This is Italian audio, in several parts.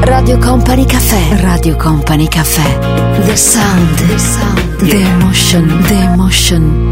Radio Company Cafè. Radio Company Cafè. The sound. The emotion. The emotion.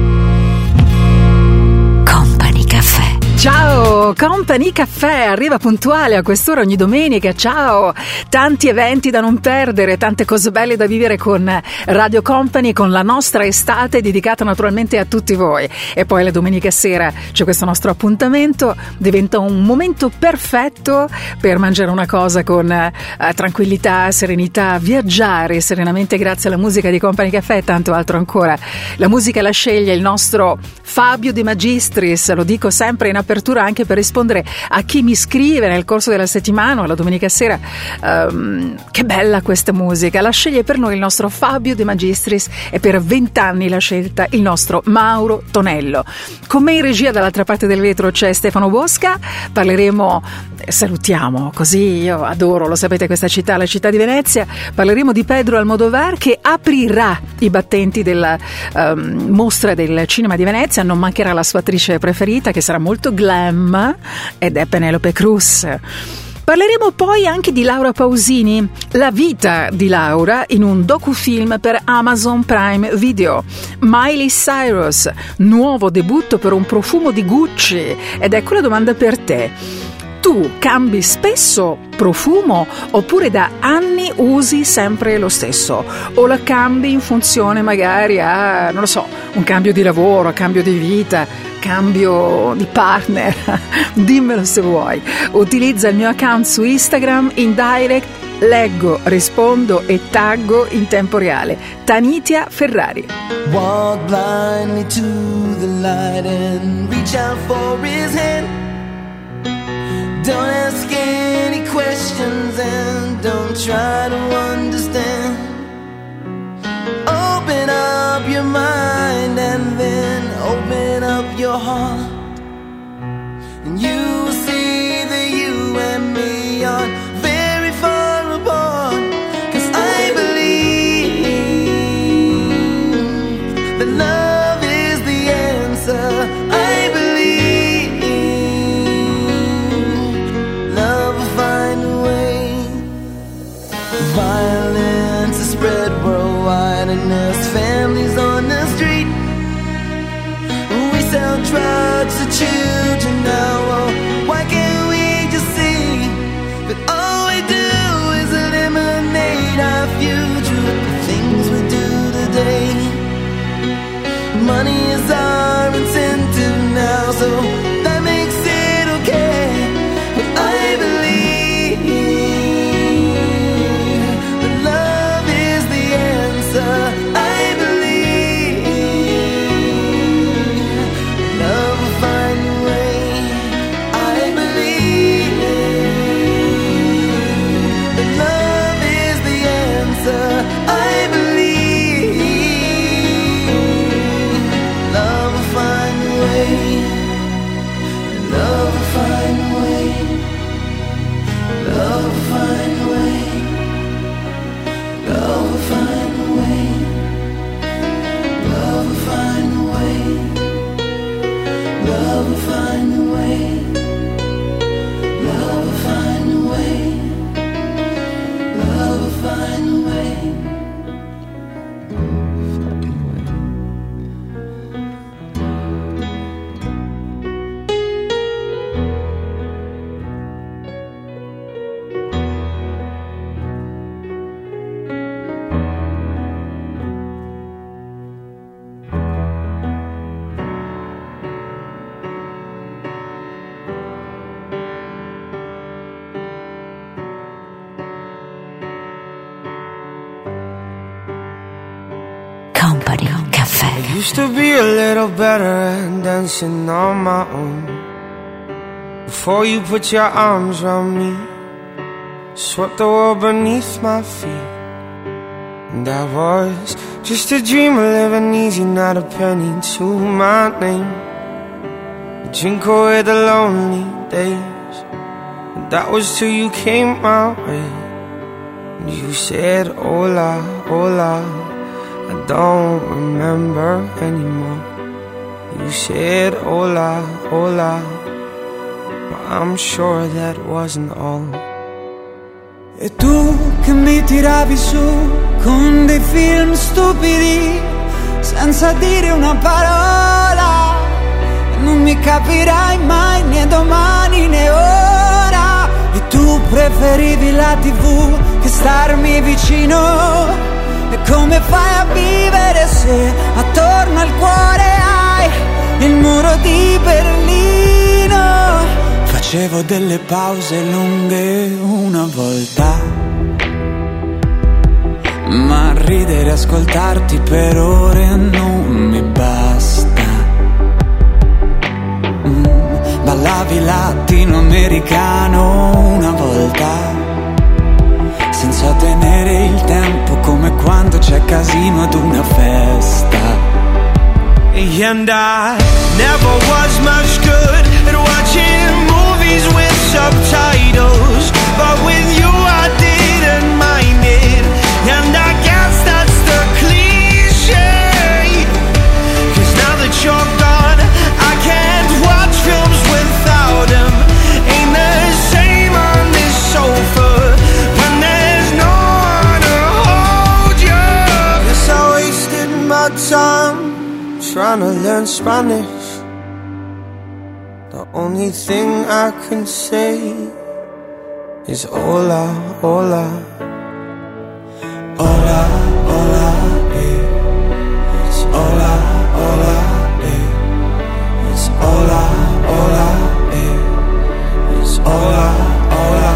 Company Cafè. Ciao, Company Cafè arriva puntuale a quest'ora ogni domenica. Ciao, tanti eventi da non perdere, tante cose belle da vivere con Radio Company, con la nostra estate dedicata naturalmente a tutti voi. E poi la domenica sera c'è questo nostro appuntamento, diventa un momento perfetto per mangiare una cosa con tranquillità, serenità, viaggiare serenamente grazie alla musica di Company Cafè e tanto altro ancora. La musica la sceglie il nostro Fabio De Magistris, lo dico sempre in apertura anche per rispondere a chi mi scrive nel corso della settimana o la domenica sera. Che bella questa musica, la sceglie per noi il nostro Fabio De Magistris e per 20 anni l'ha scelta il nostro Mauro Tonello. Con me in regia dall'altra parte del vetro c'è Stefano Bosca. Parleremo, salutiamo, così io adoro, lo sapete, questa città, la città di Venezia. Parleremo di Pedro Almodovar che aprirà i battenti della mostra del cinema di Venezia. Non mancherà la sua attrice preferita che sarà molto glam ed è Penelope Cruz. Parleremo poi anche di Laura Pausini, la vita di Laura in un docufilm per Amazon Prime Video. Miley Cyrus, nuovo debutto per un profumo di Gucci. Ed ecco la domanda per te. Tu cambi spesso profumo oppure da anni usi sempre lo stesso? O la cambi in funzione magari a, non lo so, un cambio di lavoro, cambio di vita, cambio di partner? Dimmelo se vuoi. Utilizza il mio account su Instagram in direct, leggo, rispondo e taggo in tempo reale. Tanitia Ferrari. Walk blindly to the light and reach out for his hand. Don't ask any questions and don't try to understand. Open up your mind and then open up your heart, and you will see that you and me are very far apart. 'Cause I believe that love is the answer. I believe violence is spread worldwide and there's families on the street. We sell drugs to children now. Oh, why can't we just see that all we do is eliminate our future with the things we do today? Money is our incentive now, so that makes it okay. But I believe I believe love will find a way. I believe that love is the answer. I believe love will find a way. Love will find a way. Love will find a way. Love will find a way. Love will find a way. Love will find a way. Love will find a way. Love will find a way. Used to be a little better at dancing on my own. Before you put your arms around me, swept the world beneath my feet. And I was just a dreamer living easy, not a penny to my name. I drink away the lonely days, and that was till you came my way. And you said, hola, hola, I don't remember anymore. You said hola, hola, but I'm sure that wasn't all. E tu che mi tiravi su con dei film stupidi, senza dire una parola, non mi capirai mai né domani né ora. E tu preferivi la TV che starmi vicino. E come fai a vivere se attorno al cuore hai il muro di Berlino? Facevo delle pause lunghe una volta, ma ridere e ascoltarti per ore non mi basta. Ballavi latinoamericano una volta, senza tenere il tempo, come quando c'è casino ad una festa. And I never was much good at watching movies with subtitles, but with you I didn't mind it. And I guess that's the cliche, 'cause now that you're gone I can't watch films without him. Ain't the same on this sofa when there's no one to hold you. Guess I wasted my time trying to learn Spanish. The only thing I can say is hola, hola. Hola, hola, it's hola, hola, it's hola, hola, it's hola, hola.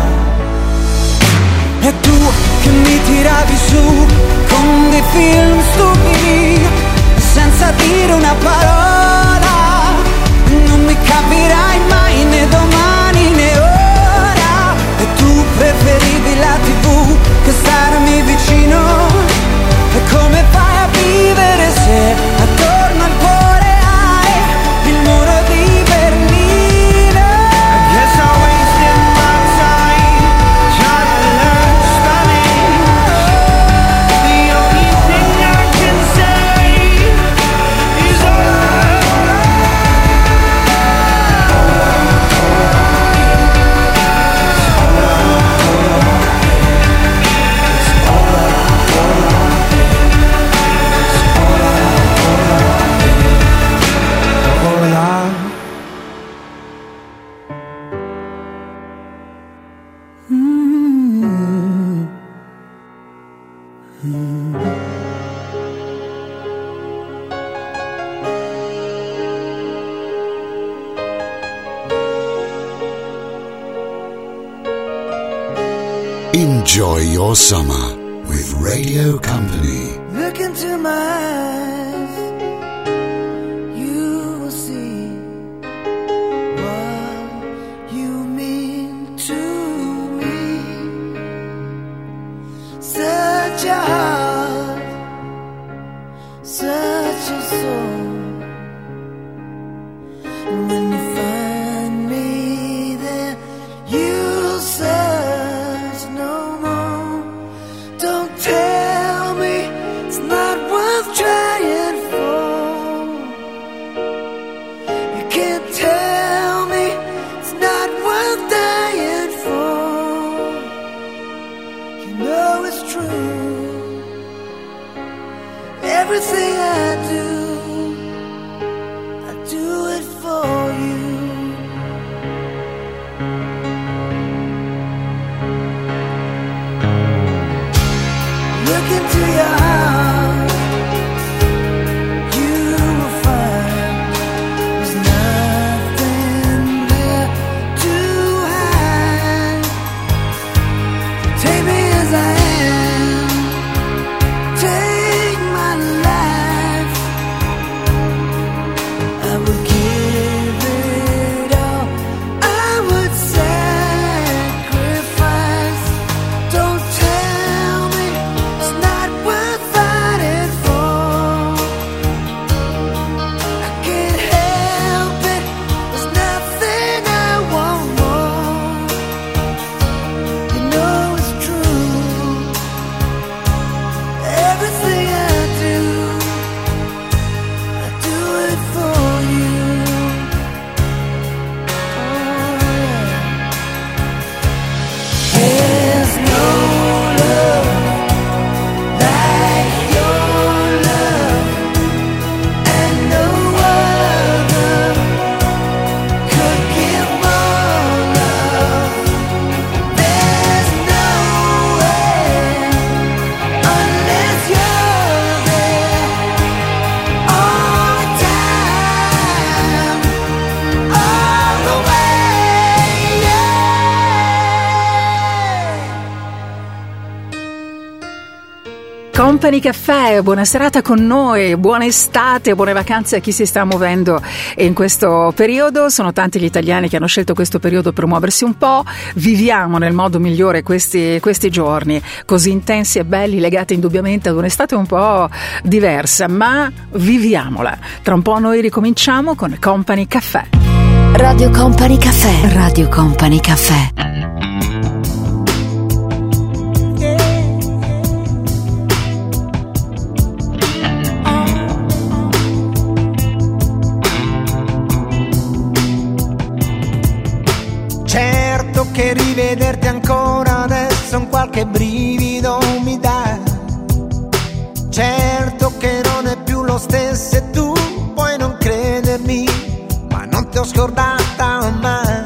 E tu che mi tiravi su con dei film stupidi, senza dire una parola, non mi capirai mai né domani né ora. E tu preferivi la TV che starmi vicino. E come fai a vivere se attorno al cuore hai il muro di Berlino? I guess I wasted my time trying to learn Spanish. The only thing I can say is Enjoy your summer with Radio Company. Look into my eyes, you will see what you mean to me. Such a heart, such a soul. And when you find me there, you'll search no more. Don't tell me it's not worth trying for. You can't tell me it's not worth dying for. You know it's true. Everything I do it for you. Look into your heart, you will find there's nothing there to hide. Take me as I am, take my life Company Caffè, buona serata con noi, buona estate, buone vacanze a chi si sta muovendo in questo periodo. Sono tanti gli italiani che hanno scelto questo periodo per muoversi un po'. Viviamo nel modo migliore questi giorni così intensi e belli, legati indubbiamente ad un'estate un po' diversa, ma viviamola. Tra un po' noi ricominciamo con Company Caffè. Radio Company Caffè. Radio Company Caffè. Che rivederti ancora adesso un qualche brivido mi dà. Certo che non è più lo stesso e tu puoi non credermi, ma non ti ho scordata mai.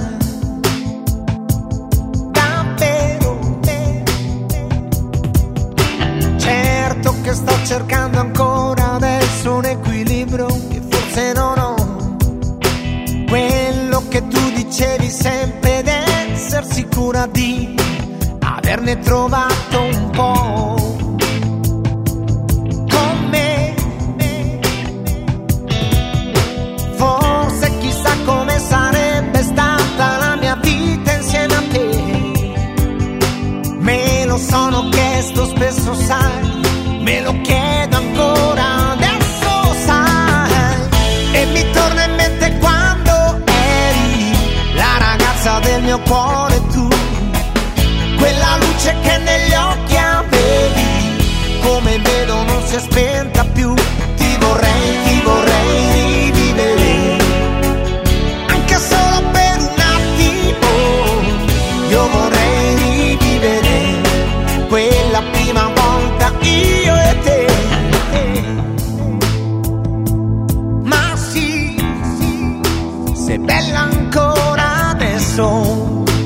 Davvero. Certo che sto cercando ancora adesso un equilibrio che forse non ho. Quello che tu dicevi sempre ed essere sicura di averne trovato un po' con me. Forse chissà come sarebbe stata la mia vita insieme a te. Me lo sono chiesto spesso, sai, me lo chiedo ancora adesso, sai. E mi torna in mente quando eri la ragazza del mio cuore, tu, quella luce che negli occhi avevi, come vedo non si è spenta più. Ti vorrei rivivere, anche solo per un attimo. Io vorrei rivivere quella prima volta, io e te. Ma sì, sei bella ancora adesso.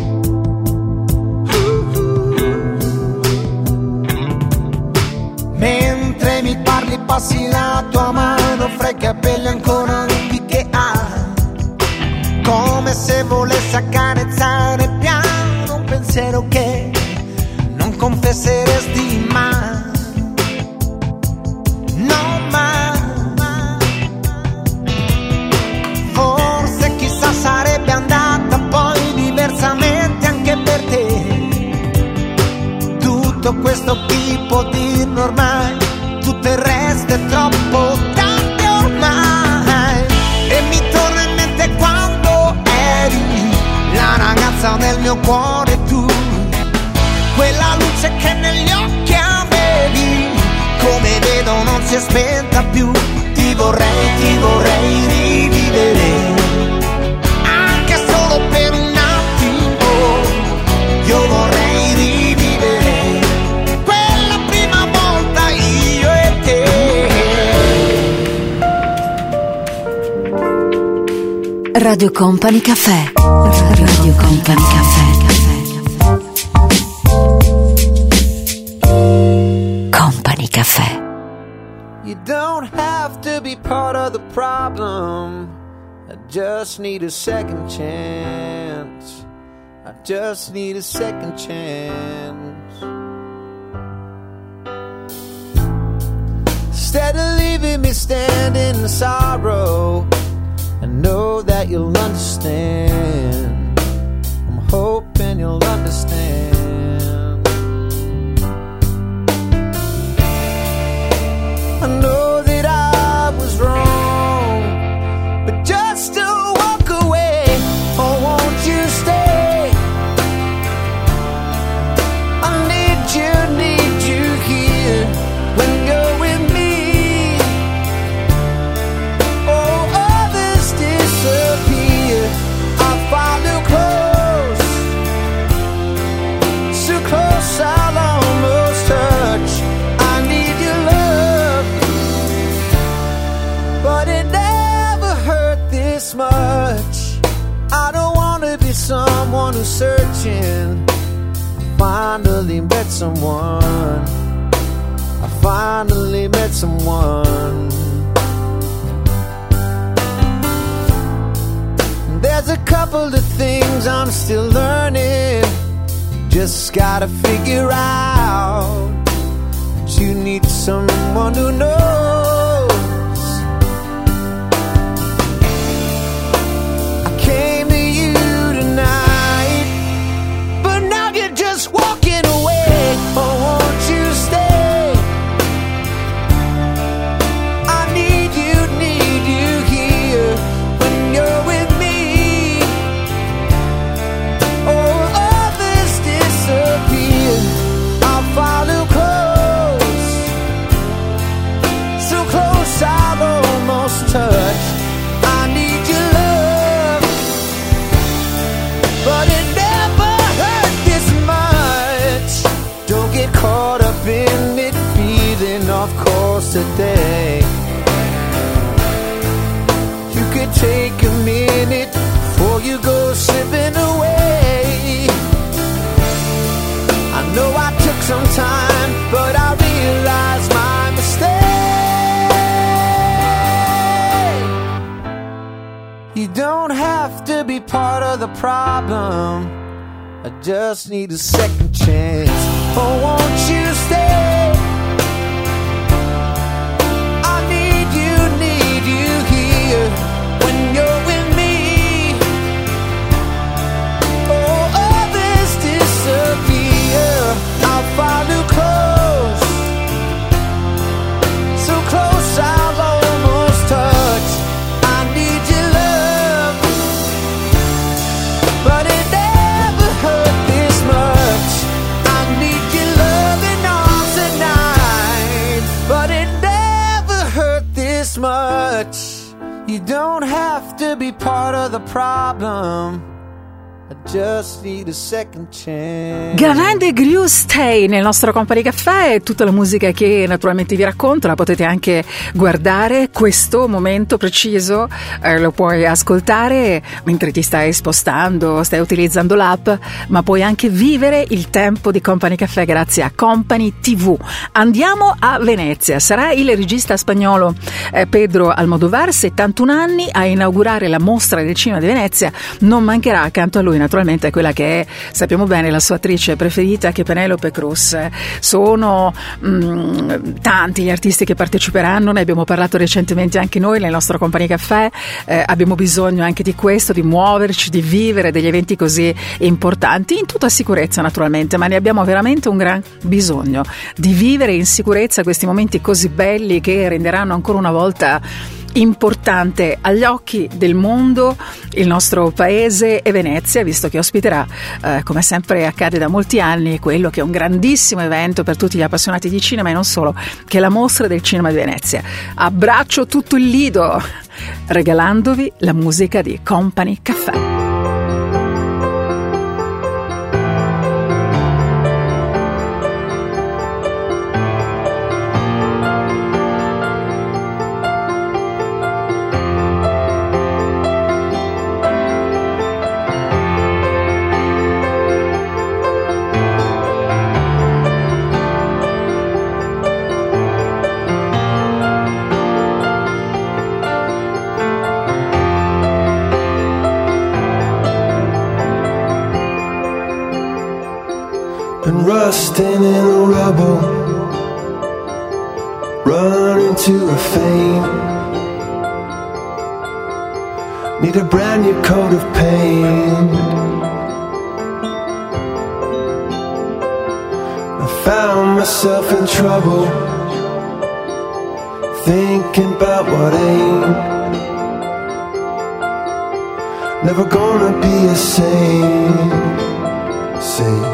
Mentre mi parli passi la tua mano fra i capelli ancora lunghi che ha, come se volesse accarezzare piano un pensiero che non confesseresti mai. No, mai. Forse chissà sarebbe andata poi diversamente anche per te. Tutto questo chi può dirlo ormai, tutto il resto è troppo tardi ormai. E mi torna in mente quando eri la ragazza del mio cuore, tu, quella luce che negli occhi avevi, come vedo non si è spenta più. Ti vorrei rivivere, anche solo per un attimo. Io vorrei rivivere quella prima volta, io e te. Radio Company Caffè. Radio Company Caffè. Company Caffè. You don't have to be part of the problem. I just need a second chance. I just need a second chance. Instead of leaving me standing in sorrow, I know that you'll understand. I'm hoping you'll understand. I know that I was wrong, but just to walk away, or won't you stay? I need you here when you're with me. Oh, others disappear, I follow close, so close I'll almost touch. I need your love, but it never hurt this much. I don't wanna be someone who's searching. I finally met someone. I finally met someone. There's a couple of things I'm still learning. Just gotta figure out you need someone who knows. I came to you tonight, but now you're just walking away. Oh, won't you stay? I need you here when you're with me. Oh, others disappear, I'll follow close, so close I'll almost touch. I need your love, but it never hurt this much. Don't get caught up in it, feeling off course today. You could take a minute before you go slipping away. I know I took some time, but I realized my mistake. You don't have to be part of the problem, I just need a second chance. Oh, won't you stay? I need you here when you're with me. Oh, others disappear, I'll follow close, so close I'll almost touch. I need your love, but it never hurt this much. I need your loving arms tonight, but it never hurt this much. You don't have to be part of the problem, I just need a second chance. Gavin Degrue, Stay nel nostro Company Caffè. Tutta la musica che naturalmente vi racconto la potete anche guardare. Questo momento preciso lo puoi ascoltare mentre ti stai spostando, stai utilizzando l'app, ma puoi anche vivere il tempo di Company Caffè grazie a Company TV. Andiamo a Venezia. Sarà il regista spagnolo Pedro Almodóvar, 71 anni, a inaugurare la mostra del cinema di Venezia. Non mancherà accanto a lui naturalmente quella che è, sappiamo bene, la sua attrice preferita, che è Penélope Cruz. Sono tanti gli artisti che parteciperanno, ne abbiamo parlato recentemente anche noi nel nostro Company Caffè. Abbiamo bisogno anche di questo, di muoverci, di vivere degli eventi così importanti in tutta sicurezza naturalmente, ma ne abbiamo veramente un gran bisogno di vivere in sicurezza questi momenti così belli che renderanno ancora una volta importante agli occhi del mondo il nostro paese e Venezia, visto che ospiterà, come sempre accade da molti anni, quello che è un grandissimo evento per tutti gli appassionati di cinema e non solo, che è la Mostra del Cinema di Venezia. Abbraccio tutto il Lido regalandovi la musica di Company Caffè. Been rusting in the rubble, running to a fame. Need a brand new coat of paint. I found myself in trouble, thinking about what ain't. Never gonna be the same. Say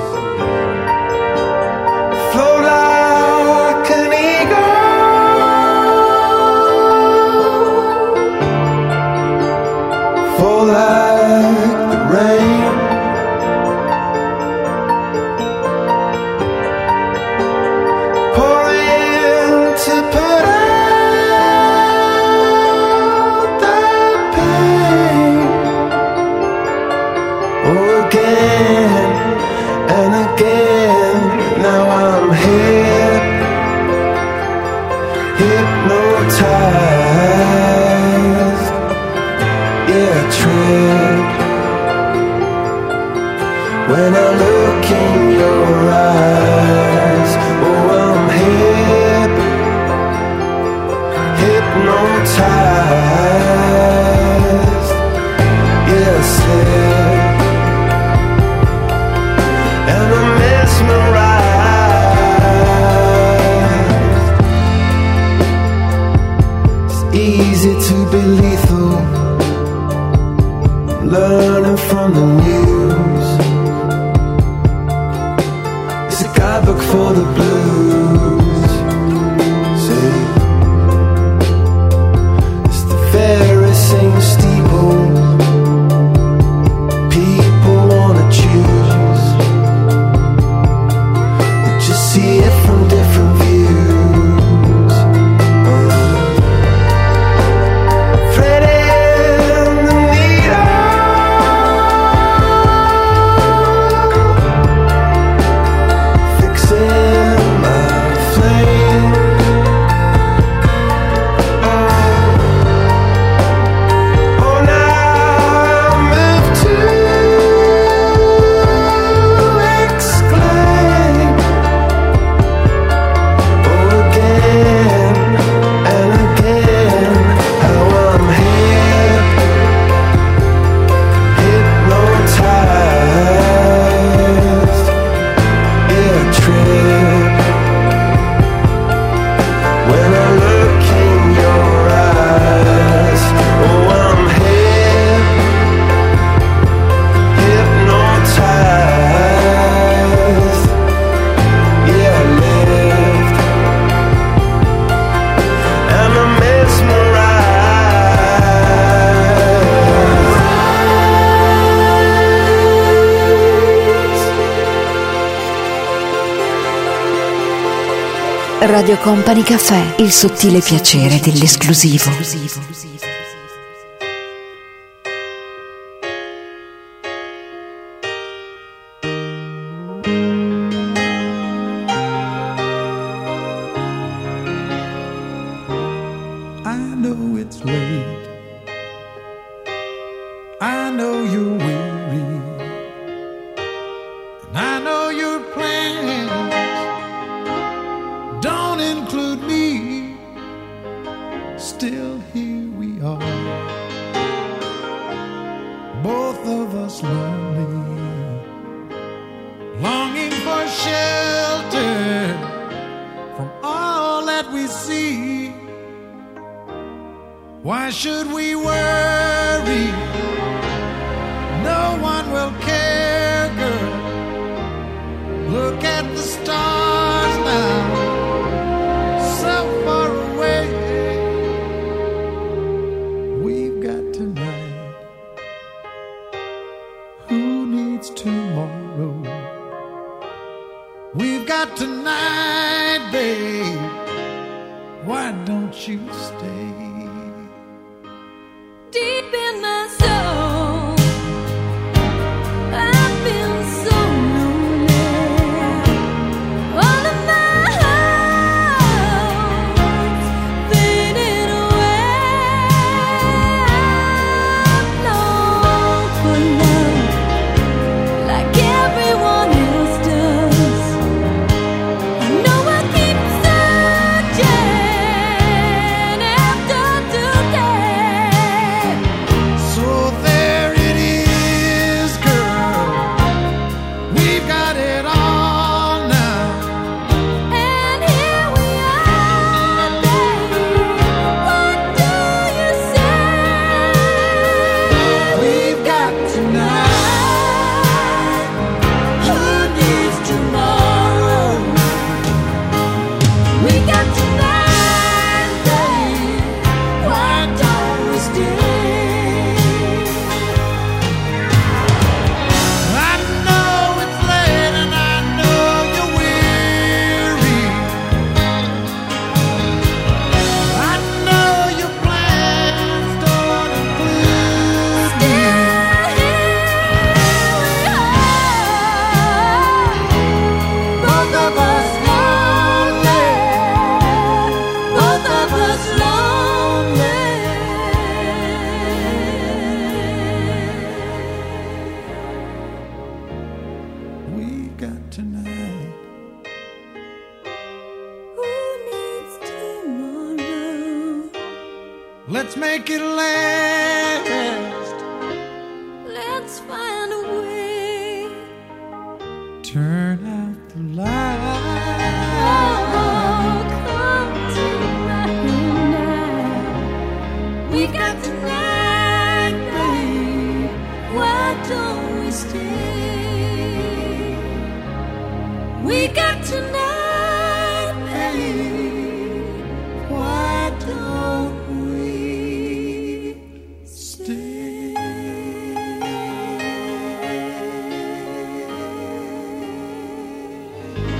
for the blues. See, it's the very same steeple people wanna choose. But you see it from different views. Radio Company Cafè, il sottile piacere dell'esclusivo. I know it's late, I know you're weary, and I know your plans don't include me. Still here we are, both of us lonely, longing for shelter from all that we see. Why should we worry? No one will care, girl. Look at the stars now, so far away. We've got tonight. Who needs tomorrow? We've got tonight, babe. Why don't you stay? Deep in my soul, I feel so lonely. All of my hopes faded away. I long for love like everyone else does. I know I keep searching after today. So there it is, girl. We've got it all now. And here we are, babe. What do you say? We've got tonight. Who needs tomorrow? We got tonight, babe. Why don't we stay? I know it's late and I know you're weary. I know your plans don't include me. Both of us lonely. Both of us lonely. We've got tonight. Who needs tomorrow? Let's make it last. Let's find a way. Turn out the light. Oh, come tonight. We got tonight, babe. Why don't we stay? We got tonight.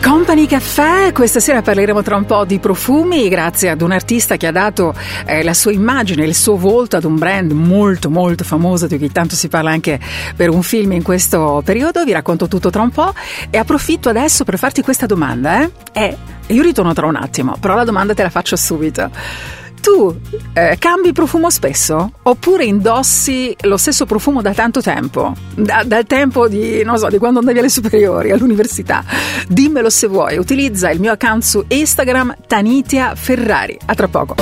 Company Caffè, questa sera parleremo tra un po' di profumi grazie ad un artista che ha dato la sua immagine, il suo volto ad un brand molto molto famoso di cui tanto si parla anche per un film in questo periodo. Vi racconto tutto tra un po' e approfitto adesso per farti questa domanda. Io ritorno tra un attimo, però la domanda te la faccio subito. Tu cambi profumo spesso? Oppure indossi lo stesso profumo da tanto tempo? Dal tempo di, non so, di quando andavi alle superiori, all'università? Dimmelo se vuoi. Utilizza il mio account su Instagram, Tanitia Ferrari. A tra poco.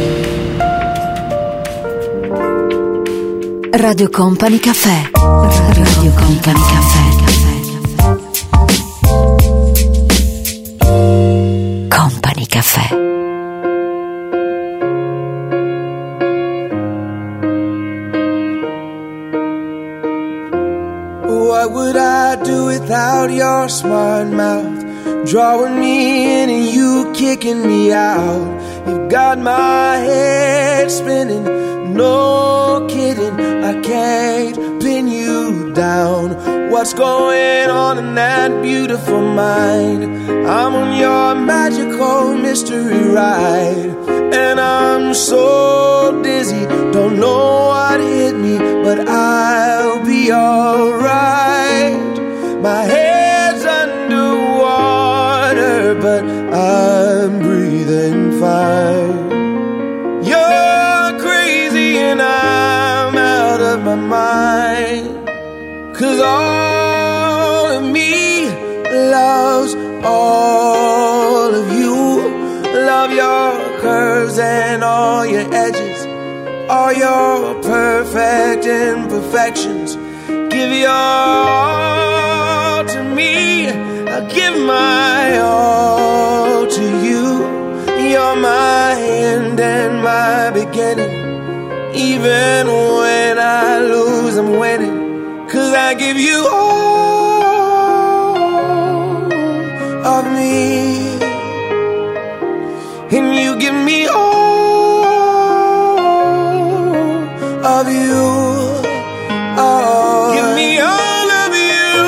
Radio Company Caffè. Radio Company Caffè. Company Caffè. What would I do without your smart mouth? Drawing me in and you kicking me out. You've got my head spinning, no kidding, I can't pin you down. What's going on in that beautiful mind? I'm on your magical mystery ride, and I'm so dizzy, don't know what hit me, but I'll be alright. My head's underwater, but I'm breathing fine. You're crazy and I'm out of my mind, 'cause all of me loves all of you. Love your curves and all your edges, all your perfect imperfections. Give your all to me, I'll give my all to you. You're my end and my beginning. Even when I lose, I'm winning, 'cause I give you all of me, and you give me all of you. Oh, give me all of you.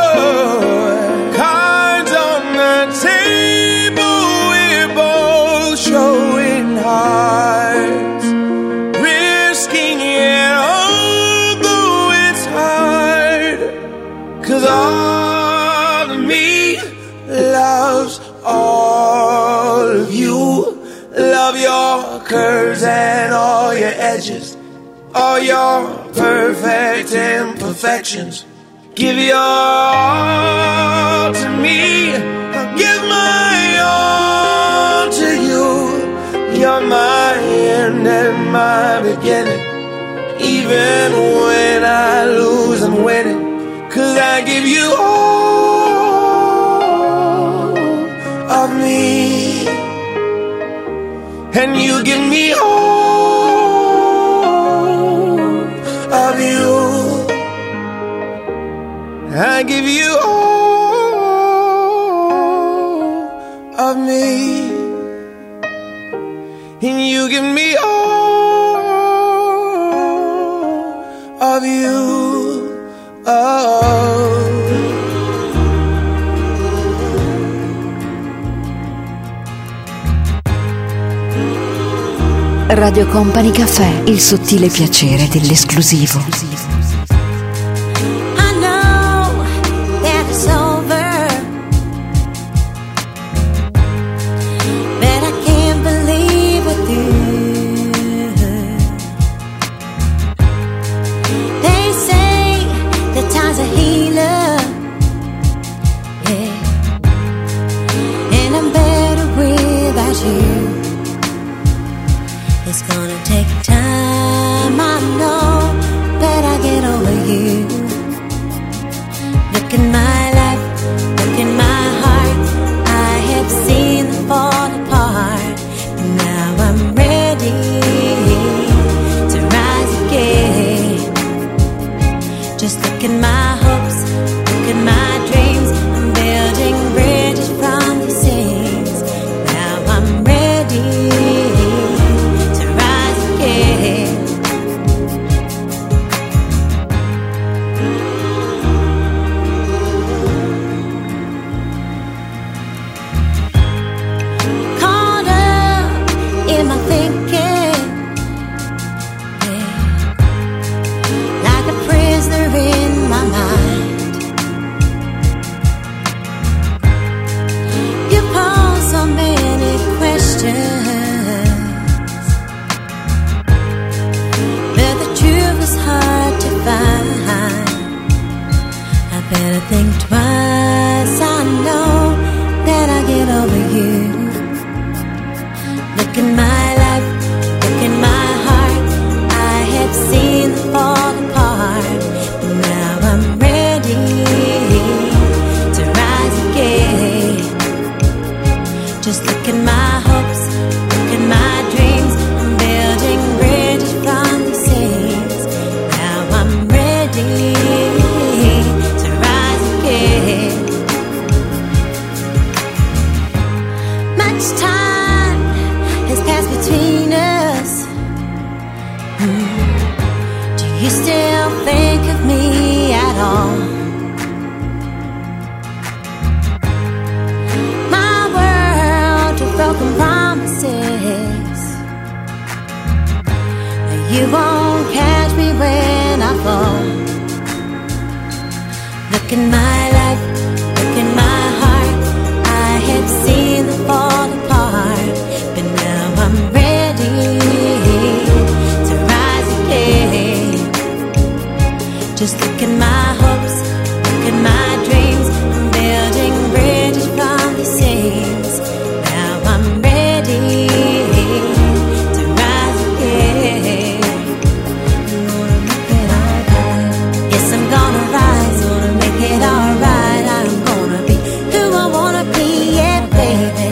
Cards on the table, we're both showing hearts, risking it although it's hard, 'cause all of me loves all of you. Love your curves and all your edges, all your perfect imperfections. Give your all to me, I'll give my all to you. You're my end and my beginning. Even when I lose, I'm winning, 'cause I give you all of me, and you give me all of you. I give you all of me, and you give me all of you. Oh. Radio Company Caffè, il sottile piacere dell'esclusivo. I know that it's over, but I can't believe with you. They say that time's a healer, yeah, and I'm better without you. It's gonna take time, I know, but I get over you. Look in my life, look in my heart, I have seen them fall apart, and now I'm ready to rise again. Just look at my hopes, look at my dreams, I'm building bridges from these things. Now I'm ready to rise again. you. Look in my life, look in my heart. I have seen them fall apart, but now I'm ready to rise again. Just look at my hopes, look at my dreams. I'm building bridges from the seas. Now I'm ready to rise again. Much time has passed between us. Do you still think of me at all? My world of broken promises. You won't catch me when I fall. Look in my life, look in my heart. I have seen them fall apart, but now I'm ready to rise again. Just look at my hopes, look at my dreams. I'm building bridges from the seams. Now I'm ready to rise again. I'm gonna make it alright. Yes, I'm gonna rise, gonna make it alright. I'm gonna be who I wanna be, yeah, baby,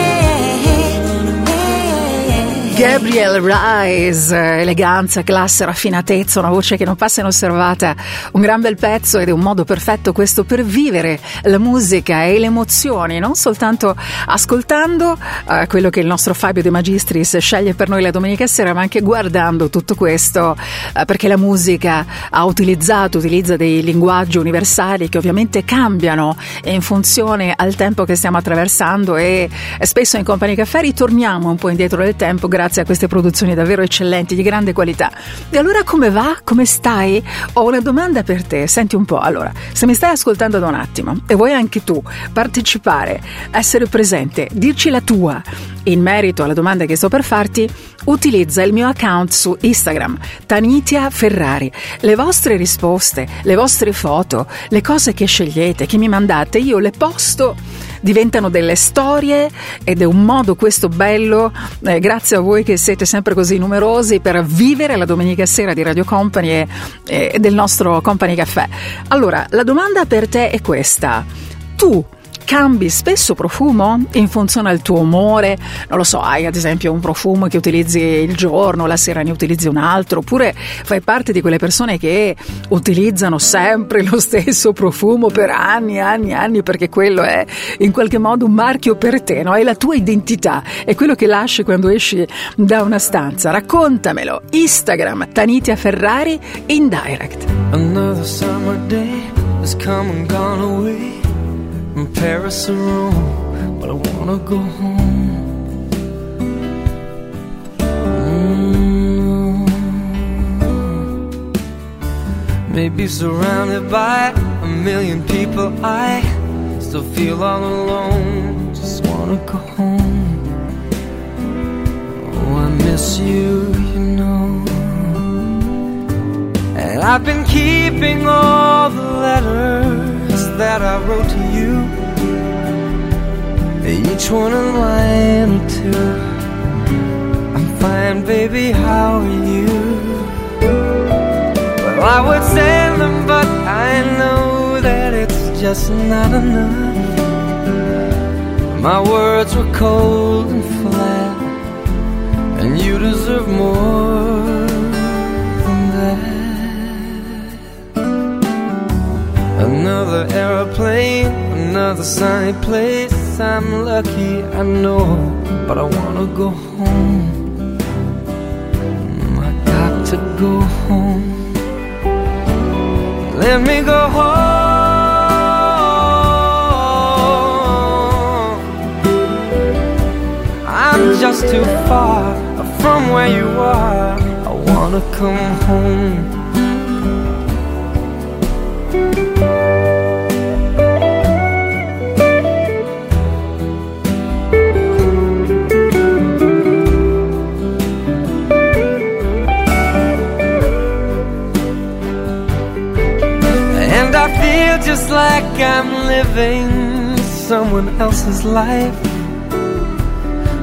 Gabriel Rise, eleganza, classe, raffinatezza, una voce che non passa inosservata, un gran bel pezzo ed è un modo perfetto questo per vivere la musica e le emozioni, non soltanto ascoltando quello che il nostro Fabio De Magistris sceglie per noi la domenica sera, ma anche guardando tutto questo, perché la musica utilizza dei linguaggi universali che ovviamente cambiano in funzione al tempo che stiamo attraversando, e spesso in Company Café ritorniamo un po' indietro nel tempo grazie a queste produzioni davvero eccellenti, di grande qualità. E allora come va? Come stai? Ho una domanda per te, senti un po'. Allora, se mi stai ascoltando da un attimo e vuoi anche tu partecipare, essere presente, dirci la tua in merito alla domanda che sto per farti, utilizza il mio account su Instagram, Tanitia Ferrari. Le vostre risposte, le vostre foto, le cose che scegliete, che mi mandate, io le posto, diventano delle storie, ed è un modo questo bello, grazie a voi che siete sempre così numerosi, per vivere la domenica sera di Radio Company e del nostro Company Café. Allora, la domanda per te è questa: tu cambi spesso profumo in funzione al tuo umore? Non lo so, hai ad esempio un profumo che utilizzi il giorno, la sera ne utilizzi un altro, oppure fai parte di quelle persone che utilizzano sempre lo stesso profumo per anni, perché quello è in qualche modo un marchio per te, no? È la tua identità, è quello che lasci quando esci da una stanza. Raccontamelo. Instagram, Tanitia Ferrari in direct. Another summer day has come and gone away. From Paris or Rome, but I wanna go home. Maybe surrounded by a million people, I still feel all alone. Just wanna go home. Oh, I miss you, you know. And I've been keeping all the letters that I wrote to you, each one a line or two. I'm fine, baby, how are you? Well, I would send them, but I know that it's just not enough. My words were cold and flat, and you deserve more than that. Another aeroplane, another sunny place. I'm lucky, I know, but I wanna go home. I got to go home. Let me go home. I'm just too far from where you are. I wanna come home. just like I'm living someone else's life.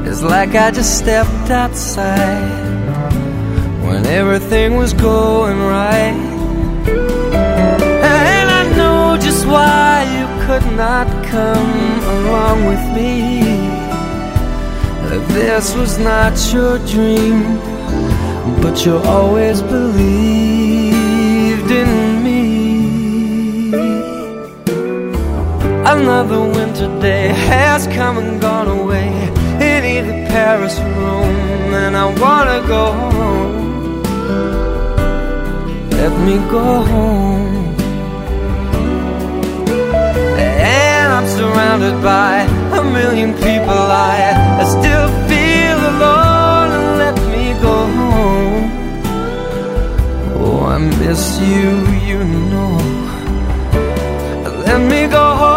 It's like I just stepped outside when everything was going right. And I know just why you could not come along with me. This was not your dream, but you always believed in me. Another winter day has come and gone away in either Paris or Rome, and I wanna go home. Let me go home. And I'm surrounded by a million people. I still feel alone, and let me go home. Oh, I miss you, you know. Let me go home.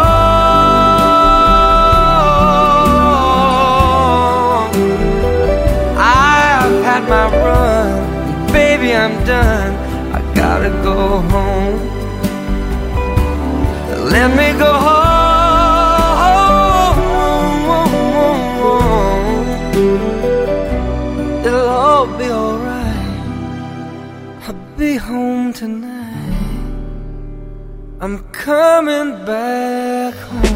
I've had my run, baby, I'm done. I gotta go home. Let me go home. It'll all be alright. I'll be home tonight. I'm coming back home.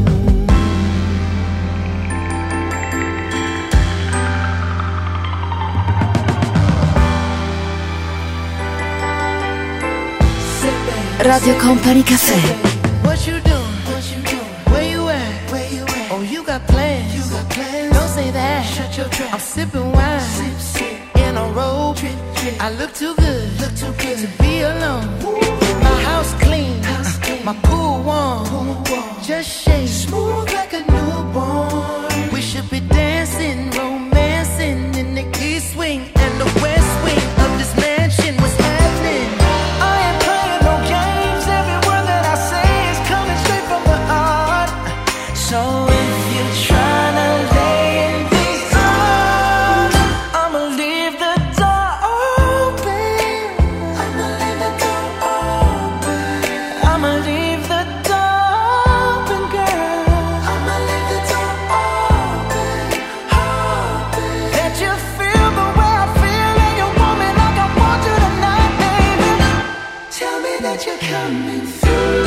Radio Company Café. What you doing? Where you at? Oh, you got plans. Don't say that. Shut your trap. I'm sipping wine. Sip. In a robe. I look too good to be alone. My house clean. My pool warm. Just shake. Smooth like a newborn. We should be dancing, romancing in the east wing and the west wing of this mansion. What's happening? I ain't playing no games. Every word that I say is coming straight from the heart. So if you're trying to lay in these arms, I'ma leave the door open. I'ma leave the door open. I'ma leave the door open, girl. I'ma leave the door open. That you feel the way I feel and you want me like I want you tonight, baby. Tell me that you're coming through.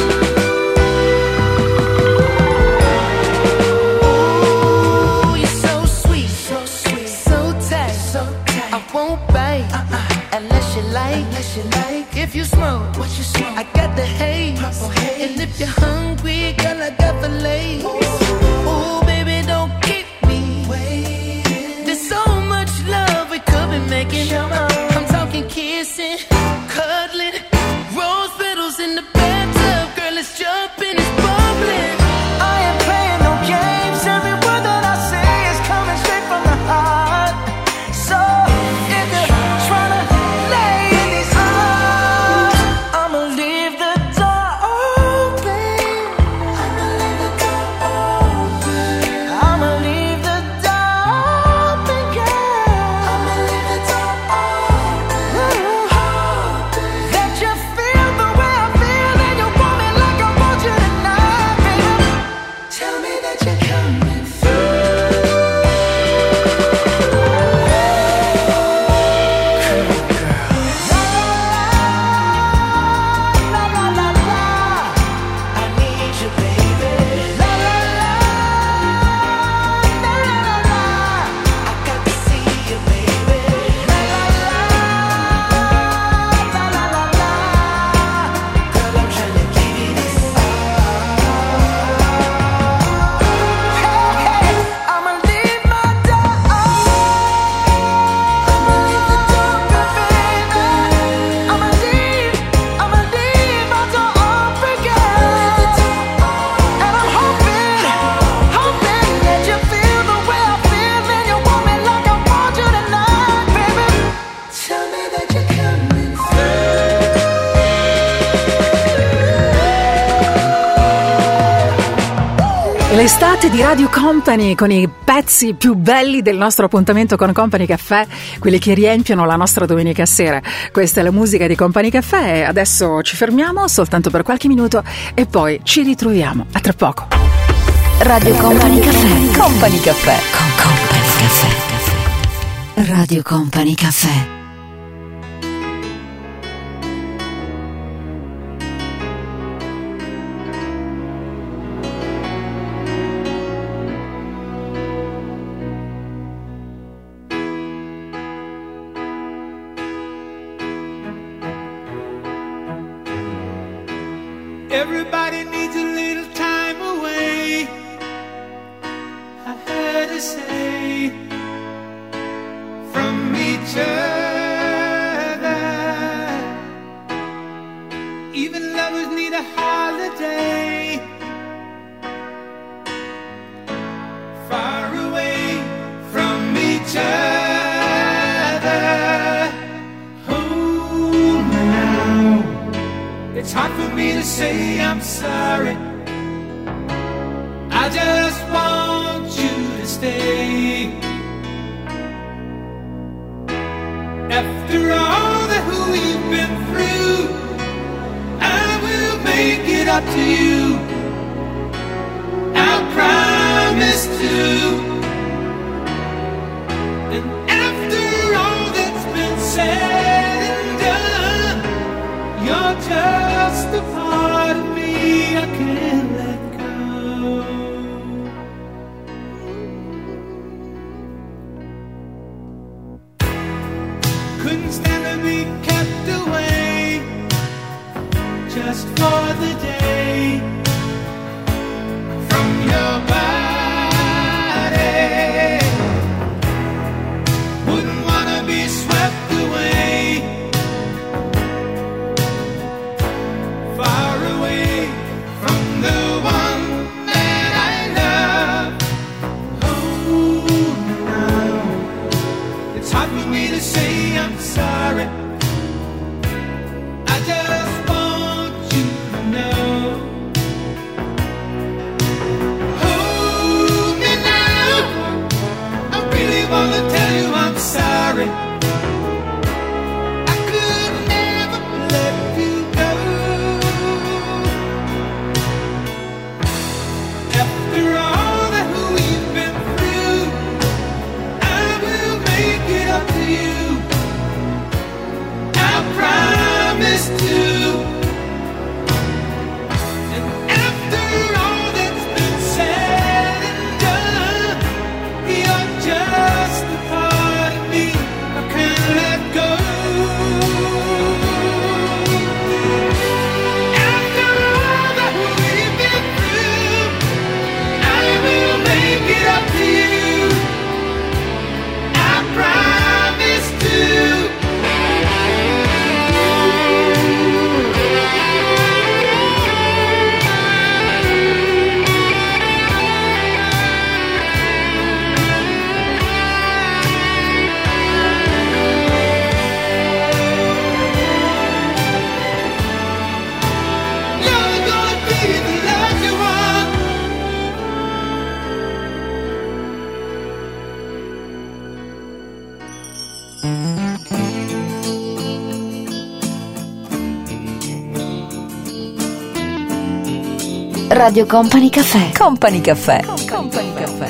Ooh, you're so sweet, so tight. I won't bite unless you like. If you smoke, what you smoke? I got the haze. And if you're hungry, girl, I got the lace. Ooh, baby, don't keep me waiting. There's so much love we could be making. I'm talking kissing, cuddling, rose petals in the bathtub. Girl, let's jump in, it's bubbling. I ain't playing no games. Every word that I say is coming straight from the heart. So if you're trying to lay in these arms, I'ma leave the door open. I'ma leave the door open. I'ma leave the door open, girl. I'ma leave the door open. That you feel the way I feel and you want me like I want you tonight, baby. Tell me that you're coming I need you, baby. I got to see you, baby. Girl, I'm trying to give you this. Hey, I'ma leave my door open. I'ma leave the door open, baby. I'ma leave my door open, girl. And I'm hoping that you feel the way I feel, and you want me like I want you tonight, baby. Tell me that you're coming L'estate di Radio Company con i pezzi più belli del nostro appuntamento con Company Café, quelli che riempiono la nostra domenica sera. Questa è la musica di Company Café. Adesso ci fermiamo soltanto per qualche minuto e poi ci ritroviamo. A tra poco. Radio Company Café. Company Café. Con Company. Radio Company Cafè. Everybody needs a little time away, I heard her say, from each other. Even lovers need a holiday, far away from each other. Oh, now it's hard for me to say I'm sorry. I just want you to stay. After all that we've been through, I will make it up to you. I promise to. And after all that's been said and done, you're just a part of me I can't let go. Couldn't stand to be kept away just for the day from your body. Wouldn't wanna be swept away, far away from the one that I love. Oh, now it's hard for me to say I'm sorry. I just want you to know. Hold me now, I really wanna tell you I'm sorry. I could never let you go. After all that we've been through, I will make it up to you. I promise to. And after all that's been said and done, you're just a part of me I can't let go. After all that we've been through, I will make it up to you. I promise to. You're gonna be the lucky one. Radio Company Cafè. Company Cafè. Company Cafè.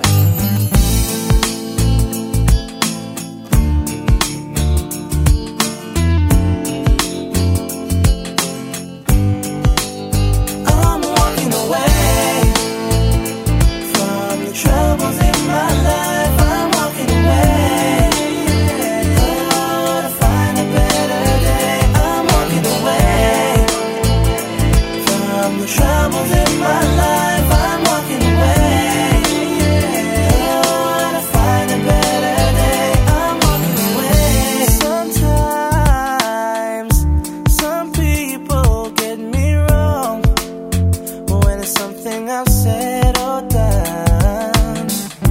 I'm walking away from the troubles in my life. I'm walking away to find a better day. I'm walking away from the troubles in my life. I'm walking away to find a better day. I'm walking away. Sometimes some people get me wrong when it's something I've said or done.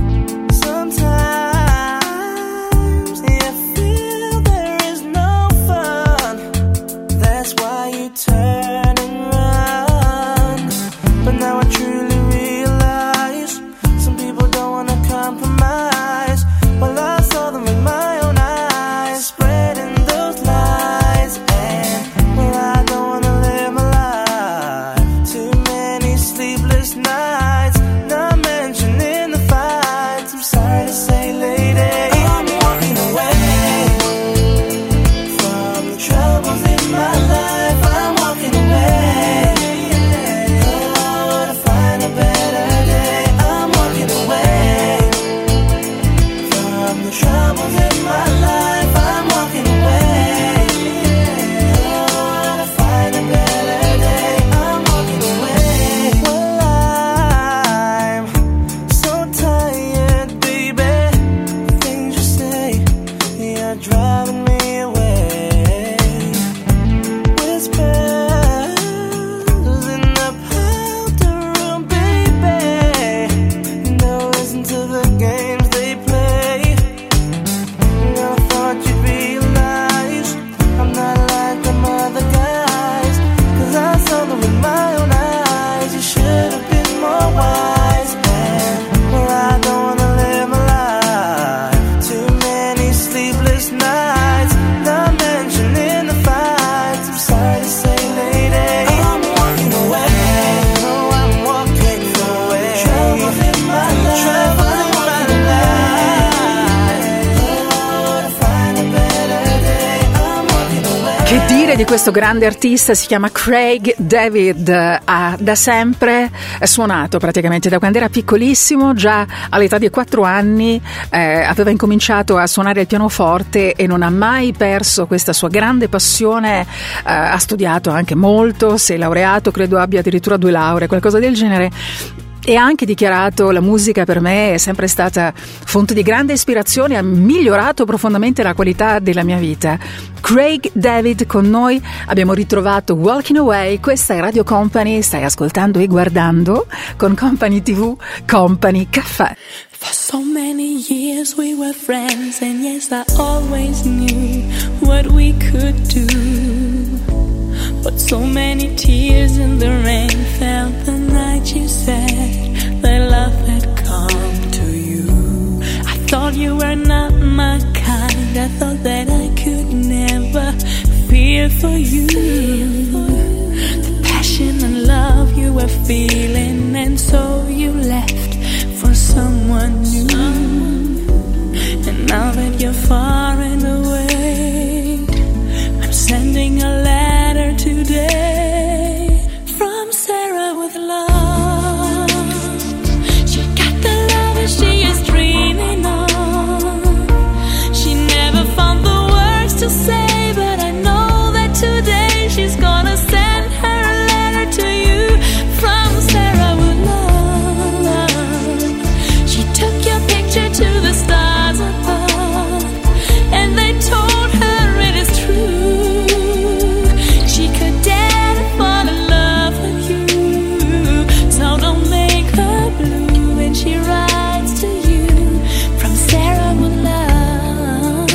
Che dire di questo grande artista? Si chiama Craig David, ha da sempre suonato praticamente da quando era piccolissimo, già all'età di 4 anni aveva incominciato a suonare il pianoforte e non ha mai perso questa sua grande passione, ha studiato anche molto, si è laureato, credo abbia addirittura 2 lauree, qualcosa del genere. E ha anche dichiarato: la musica per me è sempre stata fonte di grande ispirazione, ha migliorato profondamente la qualità della mia vita. Craig David con noi, abbiamo ritrovato Walking Away, questa è Radio Company, stai ascoltando e guardando con Company TV, Company Caffè. For so many years we were friends, and yes, I always knew what we could do. But so many tears in the rain fell the night you said that love had come to you. I thought you were not my kind, I thought that I could never feel for you. The passion and love you were feeling, and so you left for someone new. And now that you're far and away, I'm sending a letter today from Sarah with love. She got the love that she is dreaming of. She never found the words to say, but I know that today she's gonna send her a letter to you from Sarah with love. She took your picture to the stars above, and they told her it is true. She could dare to fall in love with you, so don't make her blue when she writes to you from Sarah with love.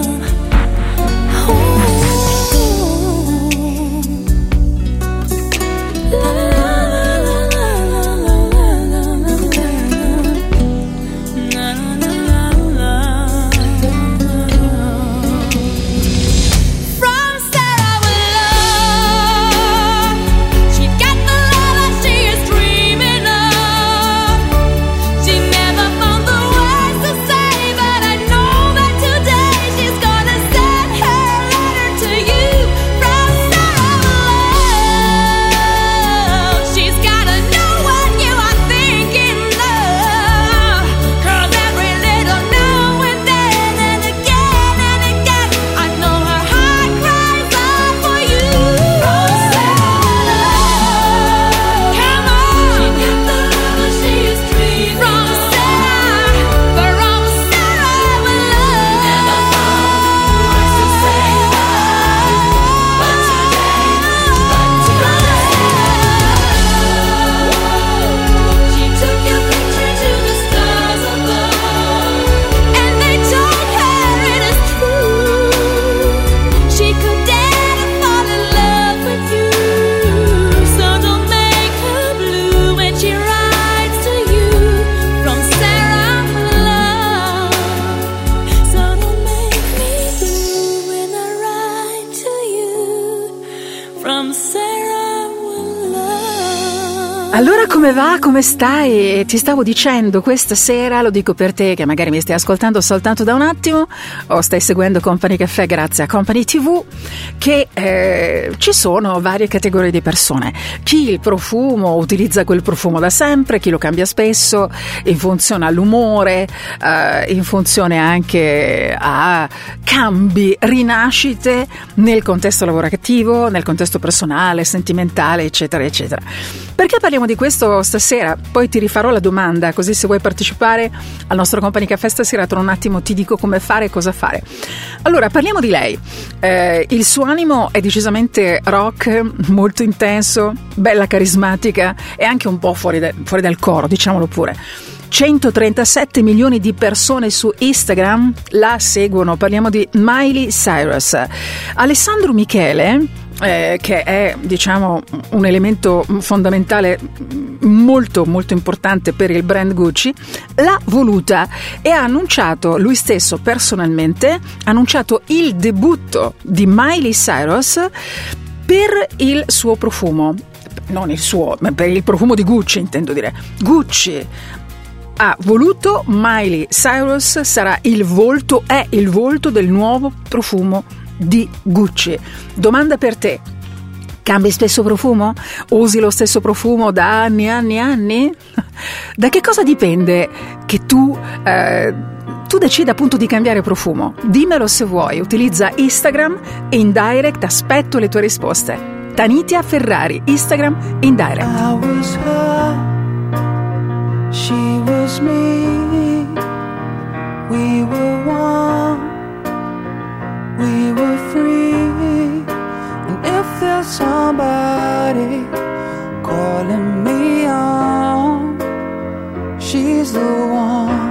La la la la la la la la la. From Sarah with love, she got the love that she is dreaming of. She never found the words to say, but I know that today she's gonna send her letter to you from Sarah with love. She's gotta know what you are thinking of, 'cause every little now and then and again, I know her heart cries out for you. From Sarah with love, come on. She got the love that she is dreaming from Sarah with love. Never found words to say, but today, she took your picture to the stars above, and they told her it is true. She could dare to fall in love with you, so don't make her blue when she writes to you from Sarah with love. So don't make me blue when I write to you from Sarah with love. Allora come va? Come stai? Ti stavo dicendo questa sera, lo dico per te che magari mi stai ascoltando soltanto da un attimo o stai seguendo Company Caffè grazie a Company TV, che ci sono varie categorie di persone. Chi il profumo utilizza quel profumo da sempre, chi lo cambia spesso in funzione all'umore, in funzione anche a cambi, rinascite nel contesto lavorativo, nel contesto personale, sentimentale, eccetera eccetera. Perché parliamo di questo stasera? Poi ti rifarò la domanda, così se vuoi partecipare al nostro Company Caffè stasera tra un attimo ti dico come fare e cosa fare. Allora, parliamo di lei. Il suo animo è decisamente rock, molto intenso, bella carismatica e anche un po' fuori dal coro, diciamolo pure. 137 milioni di persone su Instagram la seguono. Parliamo di Miley Cyrus. Alessandro Michele, che è diciamo un elemento fondamentale molto molto importante per il brand Gucci, l'ha voluta e ha annunciato lui stesso personalmente, ha annunciato il debutto di Miley Cyrus per il suo profumo, non il suo, ma per il profumo di Gucci, intendo dire. Gucci ha voluto Miley Cyrus, sarà il volto, è il volto del nuovo profumo di Gucci. Domanda per te: cambi spesso profumo? Usi lo stesso profumo da anni? Da che cosa dipende che tu decida appunto di cambiare profumo? Dimmelo se vuoi, utilizza Instagram e in direct aspetto le tue risposte. Tanitia Ferrari, Instagram in direct. I was her, she was me, we were one, we were free, and if there's somebody calling me on, she's the one.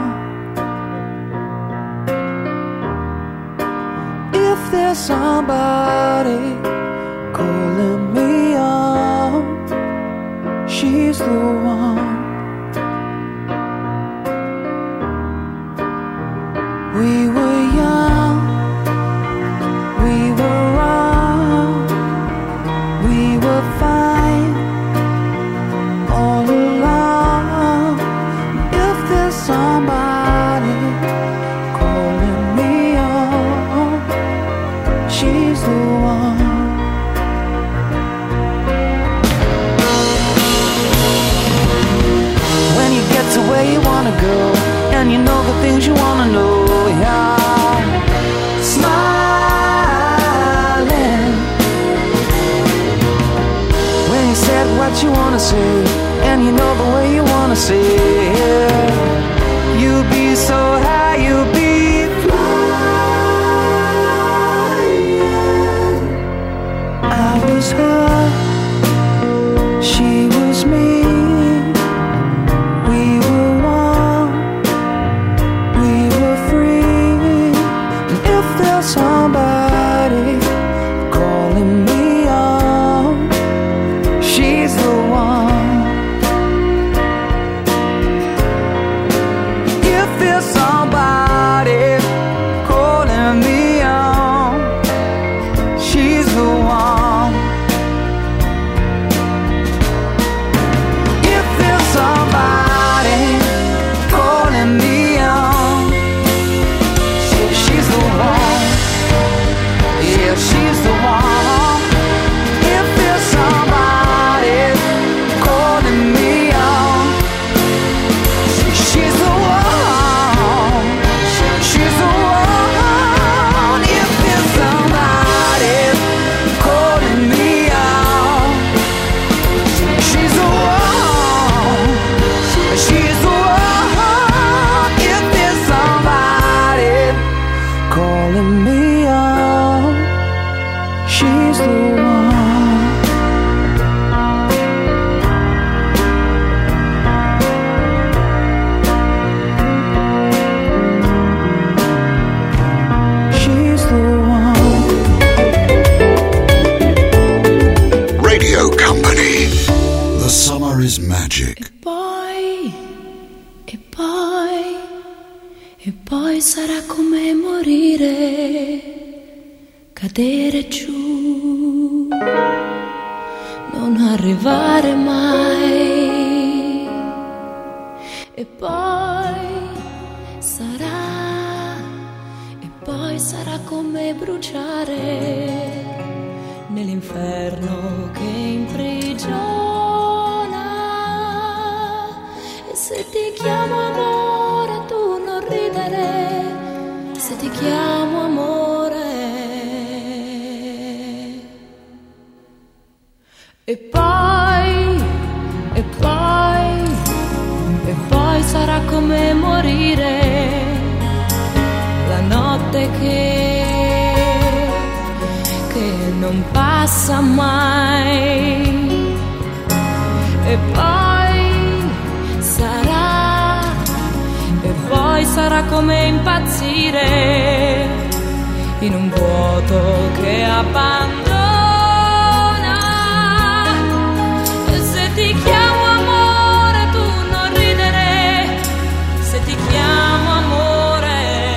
If there's somebody calling me on, she's the one. We were young, we were wrong, we were fine all along. If there's somebody calling me on, she's the one. When you get to where you wanna go, and you know the things you wanna know, yeah. Smiling when you said what you wanna say, and you know the way you wanna say it. You'll be so high, you'll be flying. I was her, she was me, we were one, we were free. And if there's somebody calling me on, she's the one. If there's somebody calling me on, she's the one. If there's somebody calling me on, she's the one. Yeah, she's the one. If there's somebody calling me on, she's the one. She's the one. If there's somebody calling me on, she's the one. She's the one. If there's somebody calling me on, she's the one. She's the one. Radio Company. The summer is magic. E poi sarà come morire, cadere giù, non arrivare mai. E poi sarà come bruciare nell'inferno che imprigiona. E se ti chiamo amore tu non ridere, se ti chiamo amore. E poi sarà come morire la notte che non passa mai. E poi sarà come impazzire in un vuoto che abbandona. E se ti chiamo amore tu non ridere, se ti chiamo amore.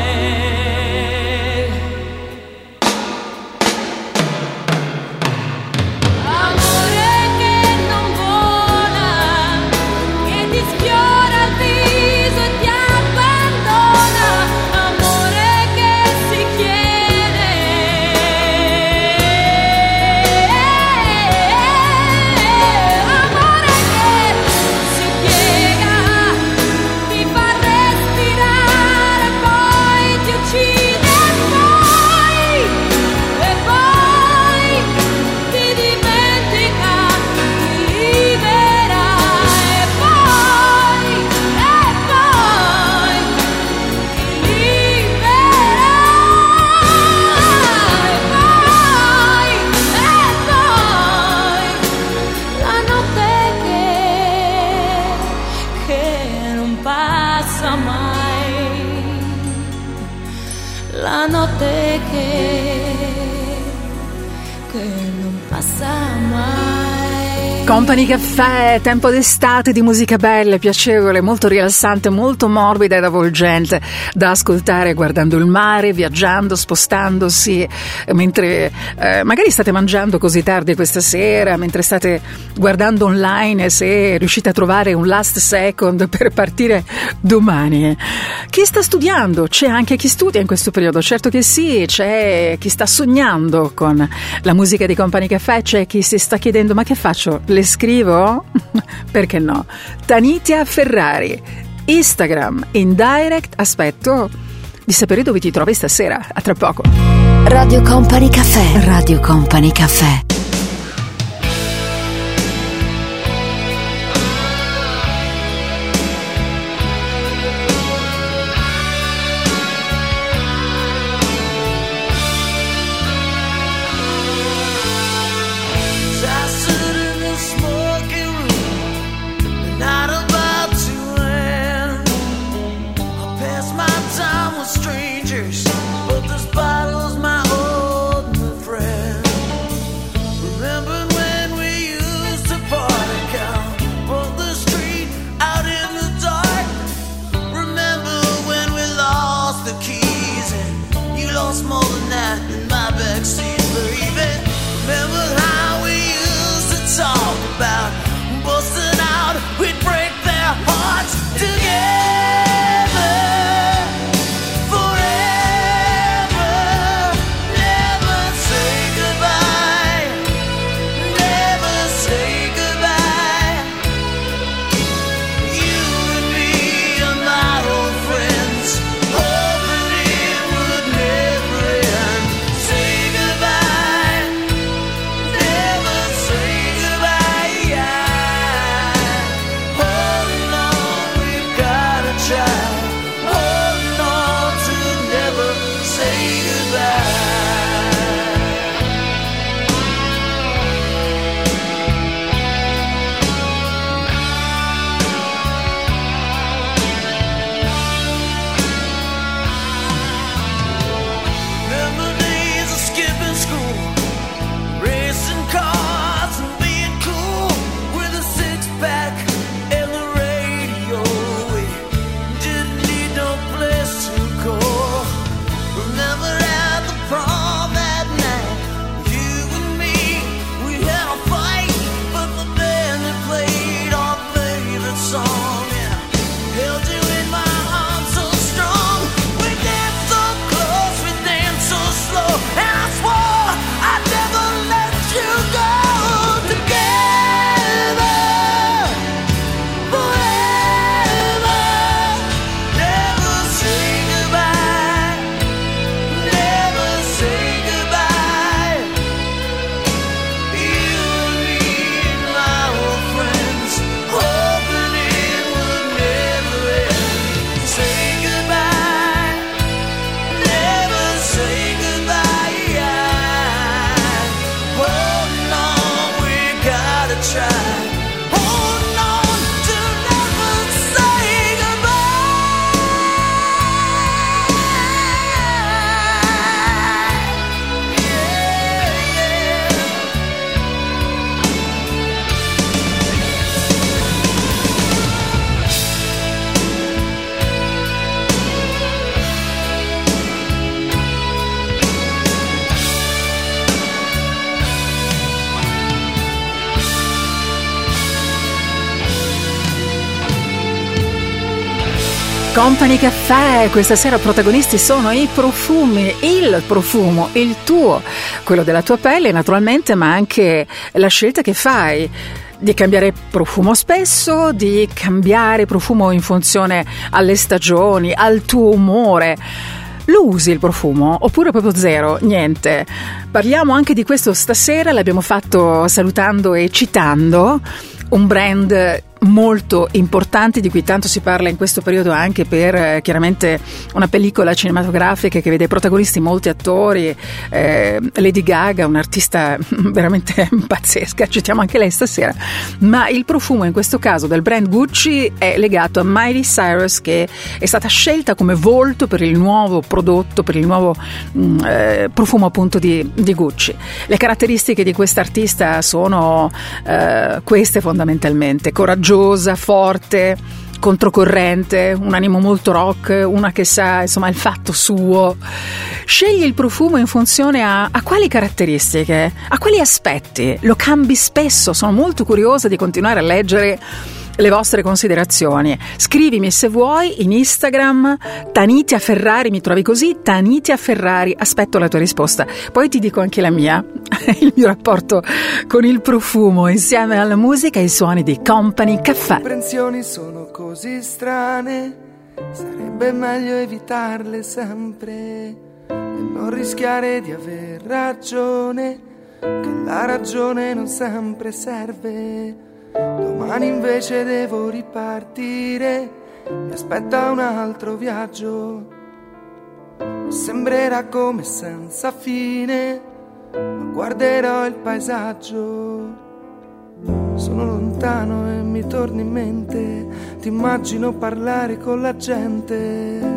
Amore che non vola, che ti sfiora il viso e ti abbandona. Amore che si chiede notte che non passa mai. Company Caffè, tempo d'estate di musica bella, piacevole, molto rilassante, molto morbida ed avvolgente da ascoltare guardando il mare, viaggiando, spostandosi, mentre magari state mangiando così tardi questa sera, mentre state guardando online se riuscite a trovare un last second per partire domani. Chi sta studiando? C'è anche chi studia in questo periodo, certo che sì, c'è chi sta sognando con la musica di Company Caffè, c'è chi si sta chiedendo ma che faccio? Le scrivo? Perché no? Tanitia Ferrari, Instagram in direct, aspetto di sapere dove ti trovi stasera, a tra poco. Radio Company Caffè, Radio Company Caffè. But this bottle's my old friend. Company Caffè, questa sera protagonisti sono i profumi, il profumo, il tuo, quello della tua pelle naturalmente, ma anche la scelta che fai di cambiare profumo spesso, di cambiare profumo in funzione alle stagioni, al tuo umore. Lo usi il profumo oppure proprio zero? Niente. Parliamo anche di questo stasera, l'abbiamo fatto salutando e citando un brand molto importanti di cui tanto si parla in questo periodo anche per chiaramente una pellicola cinematografica che vede protagonisti molti attori, Lady Gaga, un'artista veramente pazzesca, citiamo anche lei stasera, ma il profumo in questo caso del brand Gucci è legato a Miley Cyrus, che è stata scelta come volto per il nuovo prodotto, per il nuovo profumo appunto di Gucci. Le caratteristiche di questa artista sono queste fondamentalmente: coraggiosa, forte, controcorrente, un animo molto rock, una che sa insomma il fatto suo. Scegli il profumo in funzione a quali caratteristiche, a quali aspetti, lo cambi spesso. Sono molto curiosa di continuare a leggere le vostre considerazioni. Scrivimi se vuoi in Instagram, Tanitia Ferrari, mi trovi così, Tanitia Ferrari, aspetto la tua risposta. Poi ti dico anche la mia, il mio rapporto con il profumo insieme alla musica e ai suoni di Company Café. Le apprensioni sono così strane, sarebbe meglio evitarle sempre e non rischiare di aver ragione, che la ragione non sempre serve. Domani invece devo ripartire, mi aspetta un altro viaggio. Sembrerà come senza fine, ma guarderò il paesaggio. Sono lontano e mi torni in mente, ti immagino parlare con la gente.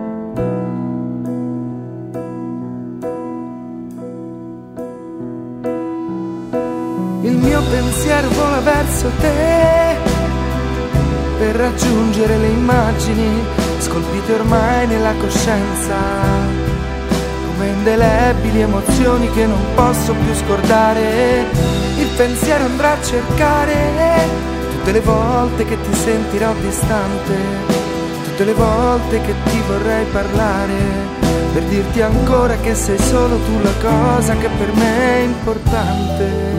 Il mio pensiero vola verso te per raggiungere le immagini scolpite ormai nella coscienza, come indelebili emozioni che non posso più scordare. Il pensiero andrà a cercare tutte le volte che ti sentirò distante, tutte le volte che ti vorrei parlare, per dirti ancora che sei solo tu la cosa che per me è importante.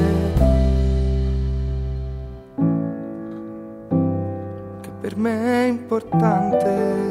Per me è importante.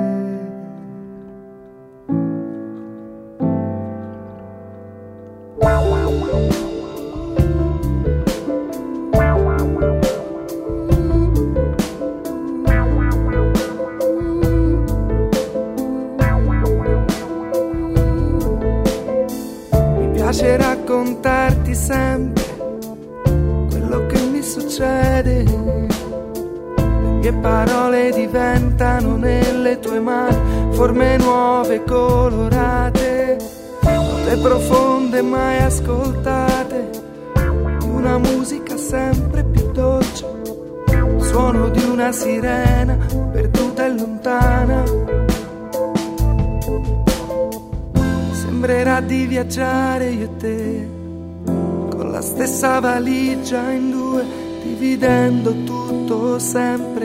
Mi piace raccontarti sempre quello che mi succede. Le mie parole diventano nelle tue mani forme nuove colorate, note profonde mai ascoltate, di una musica sempre più dolce, suono di una sirena perduta e lontana. Sembrerà di viaggiare io e te, con la stessa valigia in due, dividendo tutto sempre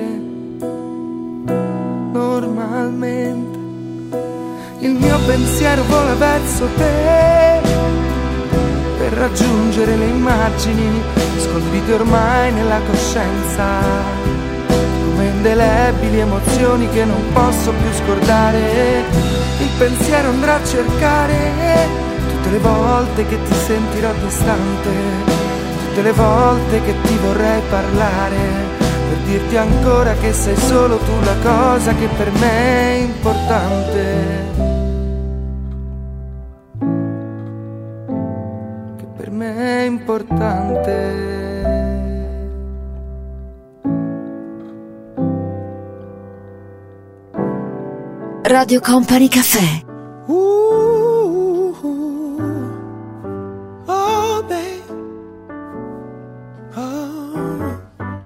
normalmente. Il mio pensiero vola verso te per raggiungere le immagini scolpite ormai nella coscienza, come indelebili emozioni che non posso più scordare. Il pensiero andrà a cercare tutte le volte che ti sentirò distante, tutte le volte che ti vorrei parlare, per dirti ancora che sei solo tu la cosa che per me è importante. Che per me è importante. Radio Company Café. Oh, babe. Oh.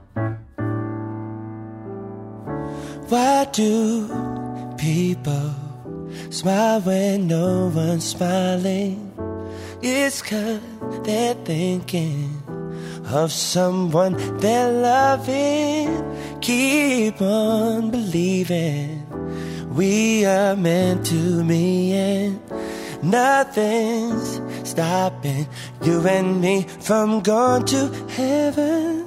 Why do people smile when no one's smiling? It's 'cause they're thinking of someone they're loving. Keep on believing we are meant to be, and nothing's stopping you and me from going to heaven.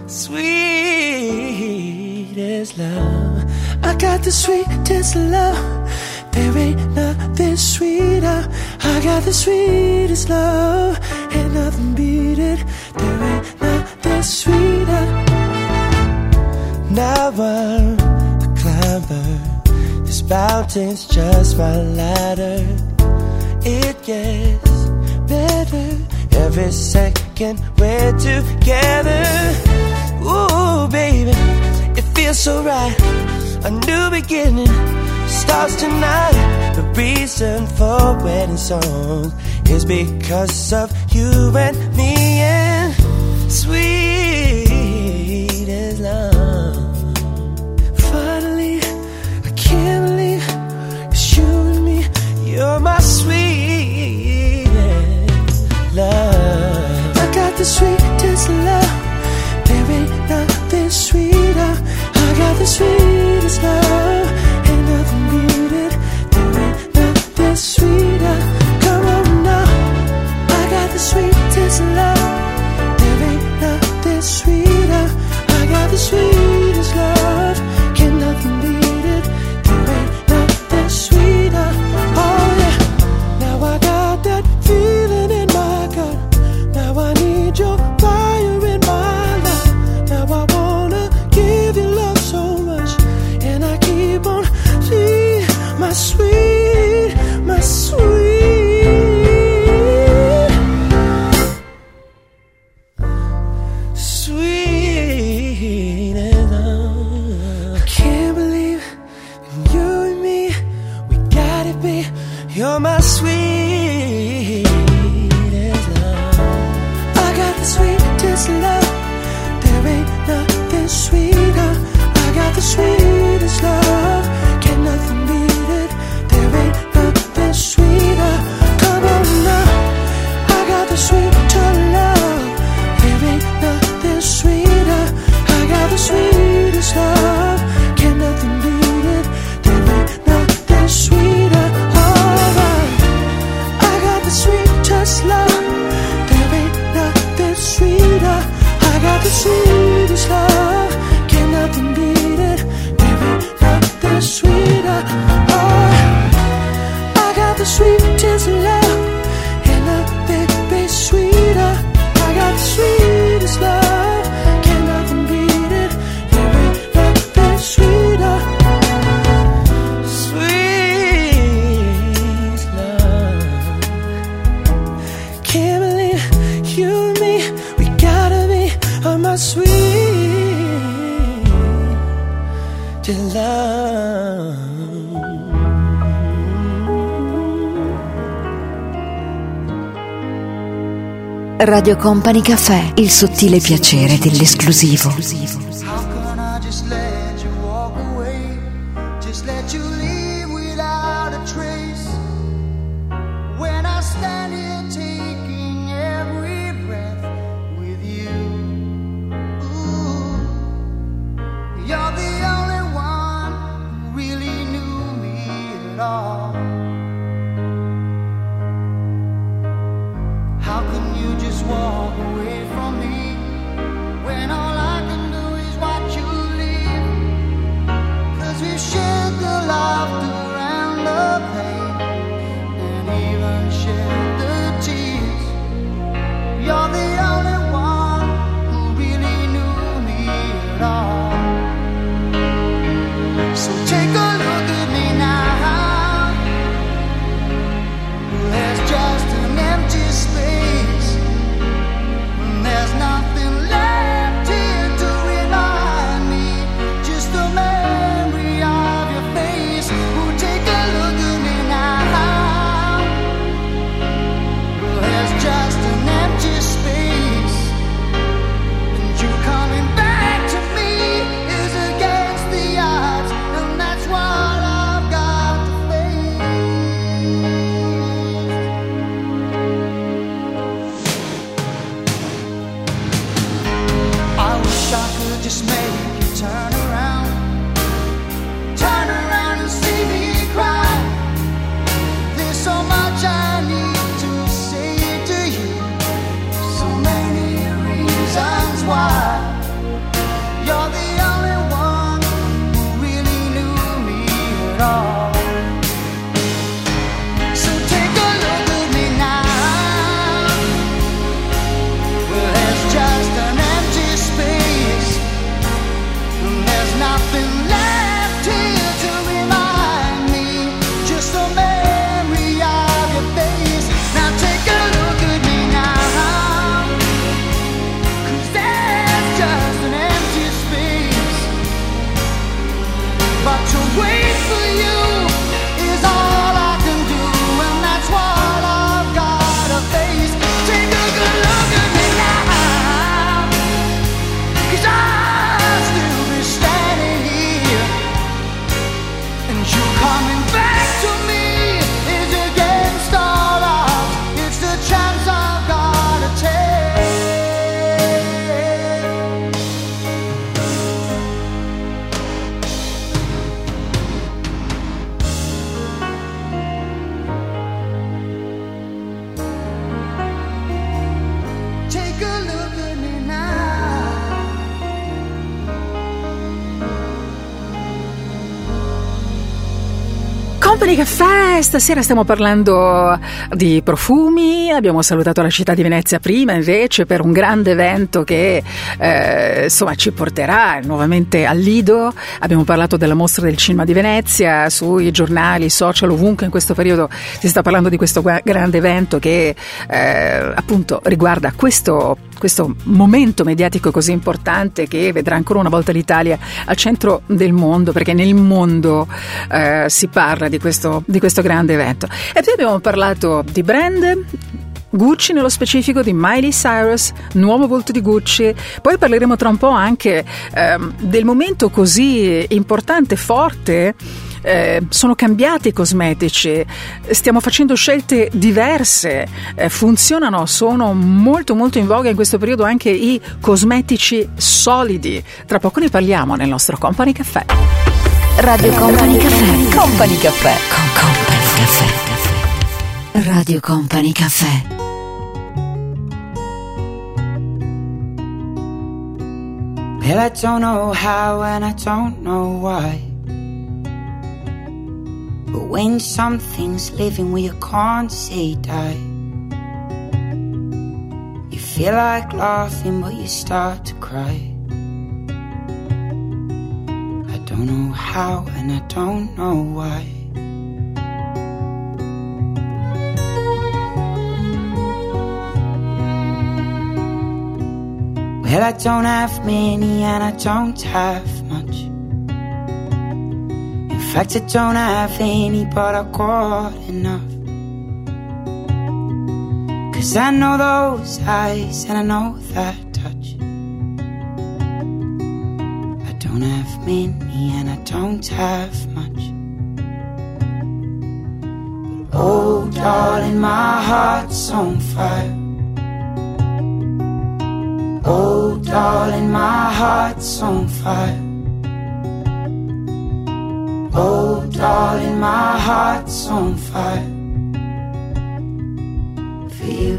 Sweetest love, I got the sweetest love. There ain't nothing sweeter. I got the sweetest love, ain't nothing beat it. There ain't nothing sweeter. never a climber. This mountain's just my ladder. It gets better every second we're together. Ooh, baby, it feels so right. A new beginning starts tonight. The reason for wedding songs is because of you and me, and sweet as love. Finally, I can't believe it's you and me. You're my sweetest love. I got the sweetest love. There ain't nothing sweeter. I got the sweetest love. Ain't nothing beat it. There ain't nothing sweeter. Come on now. I got the sweetest love. There ain't nothing sweeter. I got the sweetest love. Can nothing beat it. There ain't nothing sweeter. Oh yeah. Now I got that feeling in my gut. Now I need your fire in my life. Now I wanna give you love so much, and I keep on seeing my sweet, my sweet, sweet love. I can't believe in you and me, we got it, babe. You're my sweetest love. I got the sweetest love. There ain't nothing sweeter. I got the sweetest love. Can nothing beat it. There ain't nothing sweeter. Come on now. I got the sweeter love. There ain't nothing sweeter. I got the sweetest love. Can nothing beat it. There ain't nothing sweeter. Alright. I got the sweetest love. There ain't nothing sweeter. I got the sweetest love. Can nothing beat it. There ain't nothing sweeter. Oh, I got the sweetest love. And nothing be sweeter. I got the sweetest love. Can nothing beat it. There ain't nothing sweeter. Sweet love. Can't believe you and me, we gotta be on my sweet love. Radio Company Cafè, il sottile piacere dell'esclusivo. How can I just let you walk away? Just let you leave without a trace. When I stand here taking every breath with you. Ooh, you're the only one who really knew me at all. How can you just walk away from me when all I can do is watch you leave? 'Cause we've shared the laughter and the pain, and even shared the tears. You're the only one who really knew me at all. So take a look at me now. Company Caffè, stasera stiamo parlando di profumi, abbiamo salutato la città di Venezia prima invece per un grande evento che insomma ci porterà nuovamente al Lido, abbiamo parlato della mostra del cinema di Venezia, sui giornali, social, ovunque in questo periodo si sta parlando di questo grande evento che appunto riguarda questo momento mediatico così importante che vedrà ancora una volta l'Italia al centro del mondo, perché nel mondo si parla di questo grande evento. E poi abbiamo parlato di brand, Gucci nello specifico, di Miley Cyrus, nuovo volto di Gucci. Poi parleremo tra un po' anche del momento così importante, forte. Sono cambiati i cosmetici, stiamo facendo scelte diverse, funzionano, sono molto molto in voga in questo periodo anche i cosmetici solidi. Tra poco ne parliamo nel nostro Company Caffè. Radio Company Caffè. Company Caffè. Company Caffè. Radio Company Caffè. Well, I don't know how and I don't know why, but when something's living where you can't say die, you feel like laughing but you start to cry. I don't know how and I don't know why. Well, I don't have many and I don't have much. In fact, I don't have any, but I got enough. 'Cause I know those eyes and I know that touch. I don't have many and I don't have much. But oh, darling, my heart's on fire. Oh, darling, my heart's on fire. Oh, darling, my heart's on fire for you.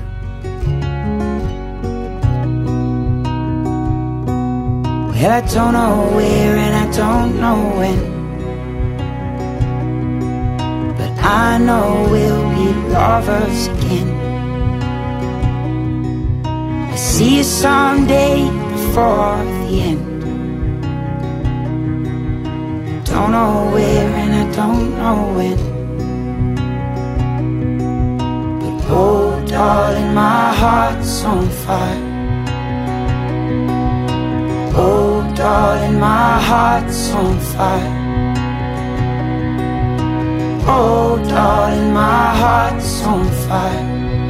Well, I don't know where and I don't know when, but I know we'll be lovers again. See you someday before the end. Don't know where and I don't know when, but oh, darling, my heart's on fire. Oh, darling, my heart's on fire. Oh, darling, my heart's on fire.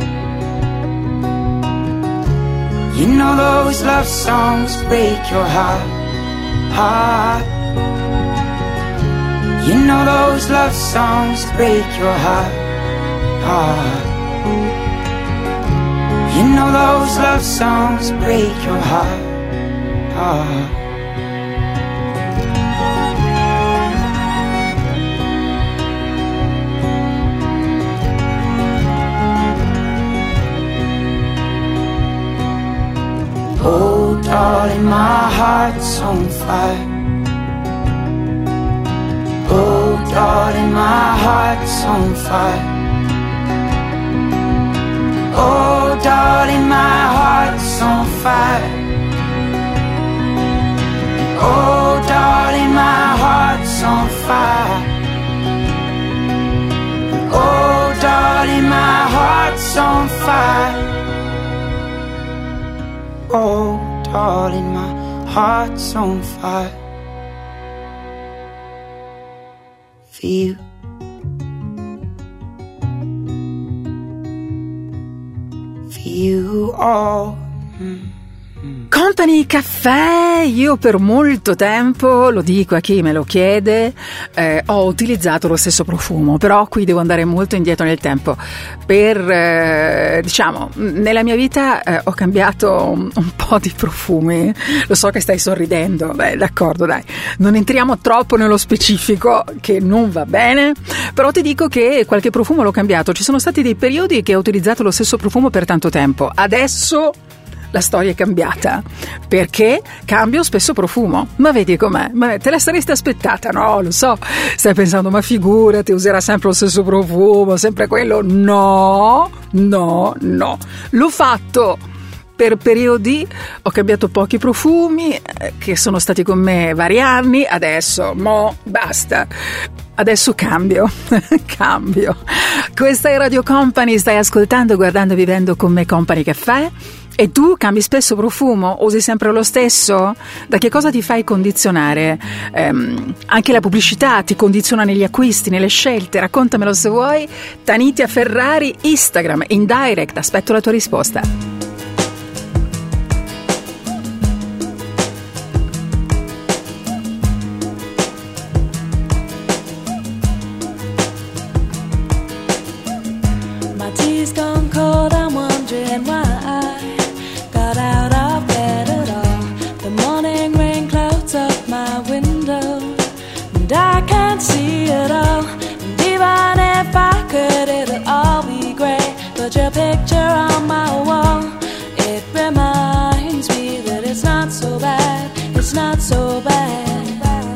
You know those love songs break your heart, heart. You know those love songs break your heart, heart. You know those love songs break your heart, heart. Oh, darling, my heart's on fire. Oh, darling, my heart's on fire. Oh, darling, my heart's on fire. Oh, darling, my heart's on fire. Oh, darling, my heart's on fire. Oh, darling, my heart's on fire for you. For you all. Company Caffè, io per molto tempo, lo dico a chi me lo chiede, ho utilizzato lo stesso profumo, però qui devo andare molto indietro nel tempo. Diciamo, nella mia vita ho cambiato un po' di profumi. Lo so che stai sorridendo, beh, d'accordo, dai, non entriamo troppo nello specifico, che non va bene, però ti dico che qualche profumo l'ho cambiato. Ci sono stati dei periodi che ho utilizzato lo stesso profumo per tanto tempo. Adesso la storia è cambiata, perché cambio spesso profumo. Ma vedi com'è? Ma te la saresti aspettata? No, lo so, stai pensando, ma figurati, userà sempre lo stesso profumo, sempre quello. No, l'ho fatto per periodi, ho cambiato pochi profumi che sono stati con me vari anni, adesso basta, adesso cambio. Questa è Radio Company, stai ascoltando, guardando, vivendo con me Company Caffè. E tu cambi spesso profumo? Usi sempre lo stesso? Da che cosa ti fai condizionare? Anche la pubblicità ti condiziona negli acquisti, nelle scelte? Raccontamelo se vuoi. Tanitia Ferrari, Instagram, in direct, aspetto la tua risposta. Your picture on my wall, it reminds me that it's not so bad, it's not so bad.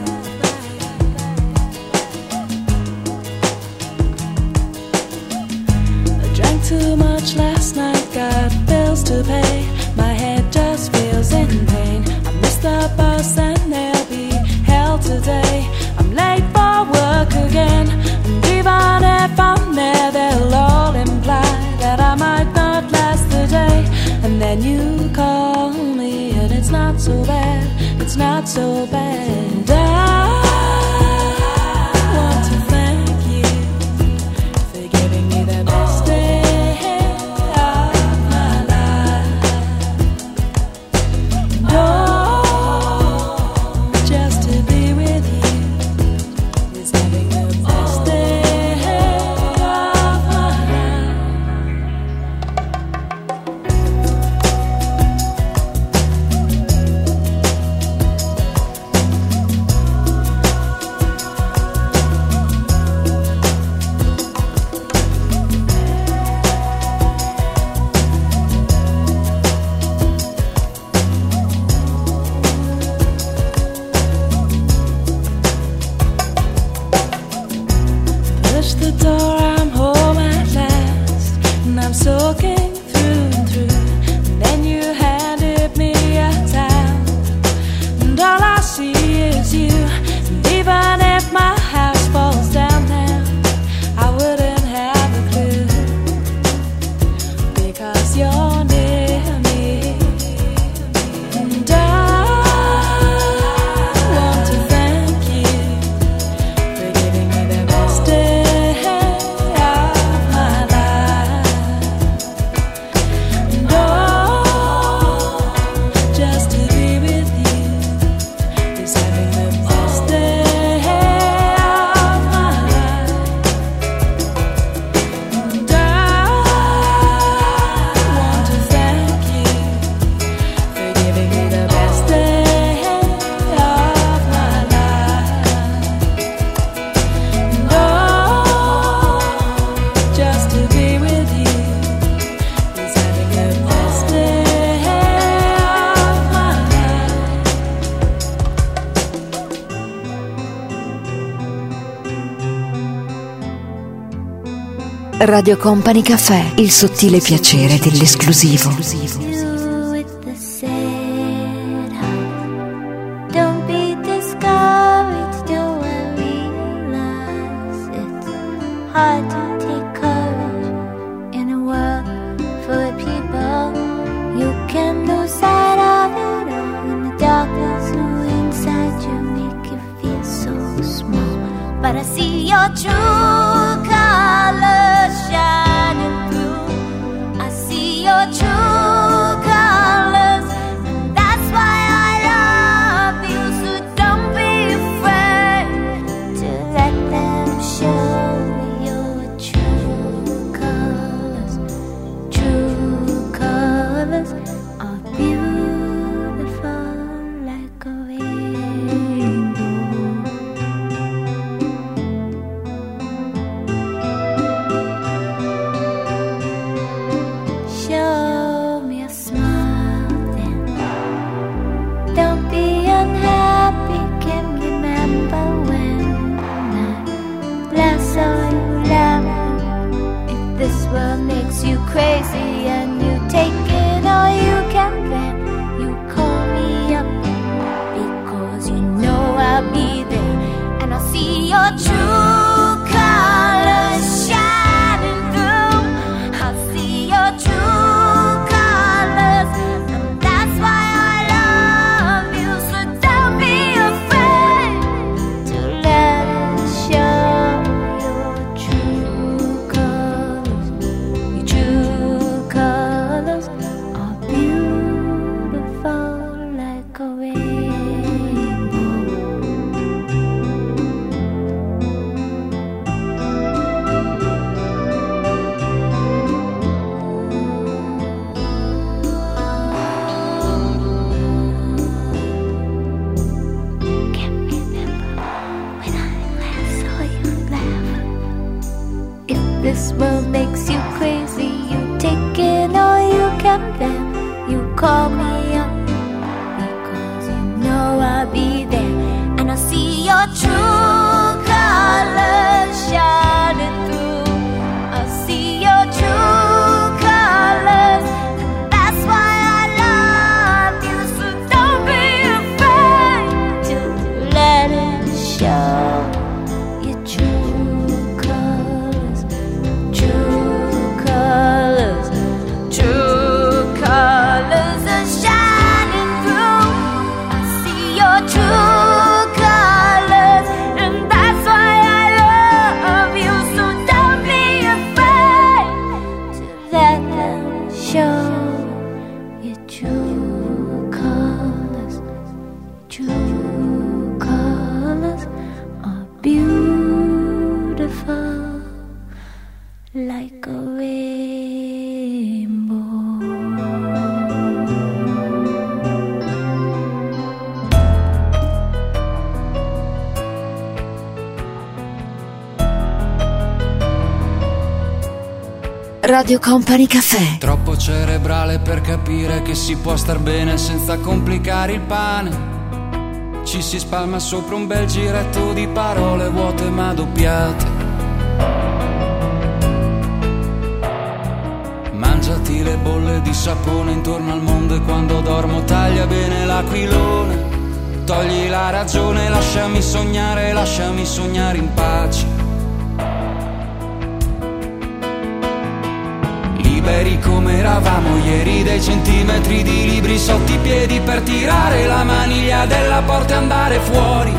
I drank too much last night, got bills to pay, my head just feels in pain. I missed the bus and they'll be hell today, I'm late for work again, and even if I'm there they'll all imply that I might not last the day. And then you call me and it's not so bad, it's not so bad. And I want to thank you for giving me the best day of my life. Oh, just to be with you is having the best day of my life. Push the door, I'm home at last, and I'm soaking through and through. And then you handed me a towel, and all I see is you. And even if my house falls down now, I wouldn't have a clue, because you're near me. And I want to thank you for giving me the best day of my life. And oh, just to be with you is having the best day of my life. And I want to thank you for giving me the best day of my life. And oh, just to be with you is having the best day of my life. Radio Company Caffè, il sottile piacere dell'esclusivo. You with the sad heart. Don't be discouraged, do I realize it's hard to take courage in a world full of people. You can lose sight of it all, and the darkness inside you make you feel so small. But I see your true colors shining through. I see your true colors, and that's why I love you. So don't be afraid to let them show your true colors. True colors are beautiful like a rainbow. crazy and you take it all you can bear. You call me up because you know I'll be there, and I'll see your true colors shining through. I'll see your true colors, and that's why I love you. So don't be afraid to let it show. Your true colors are beautiful like a rainbow. Can't remember when I last saw you laugh. If this world makes you crazy, you take it all you can bear. You call me up because you know I'll be there, and I'll see your true colors shining through. I'll see your true colors, and that's why I love you. So don't be afraid to let it show. Your true colors, true colors, true colors are shining through. I see your true colors, and that's why I love you. So don't be afraid to let them show. Your true colors are beautiful like a rainbow. Radio Company Cafè. Troppo cerebrale per capire che si può star bene senza complicare il pane. Ci si spalma sopra un bel giretto di parole vuote ma doppiate. Mangiati le bolle di sapone intorno al mondo e quando dormo taglia bene l'aquilone. Togli la ragione, lasciami sognare in pace. Liberi come eravamo ieri, dei centimetri di libri sotto i piedi per tirare la maniglia della porta e andare fuori.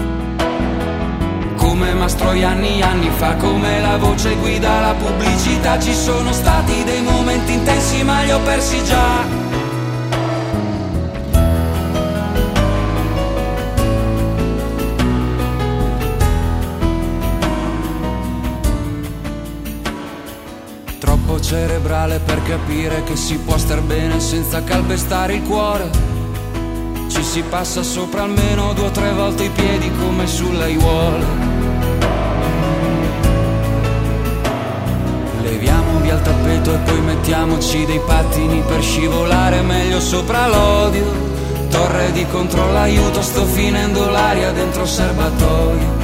Come Mastroianni anni fa, come la voce guida la pubblicità. Ci sono stati dei momenti intensi ma li ho persi già. Cerebrale per capire che si può star bene senza calpestare il cuore. Ci si passa sopra almeno 2 o 3 volte i piedi come sulle aiuole. Leviamo via il tappeto e poi mettiamoci dei pattini per scivolare meglio sopra l'odio. Torre di controllo, aiuto, sto finendo l'aria dentro serbatoio.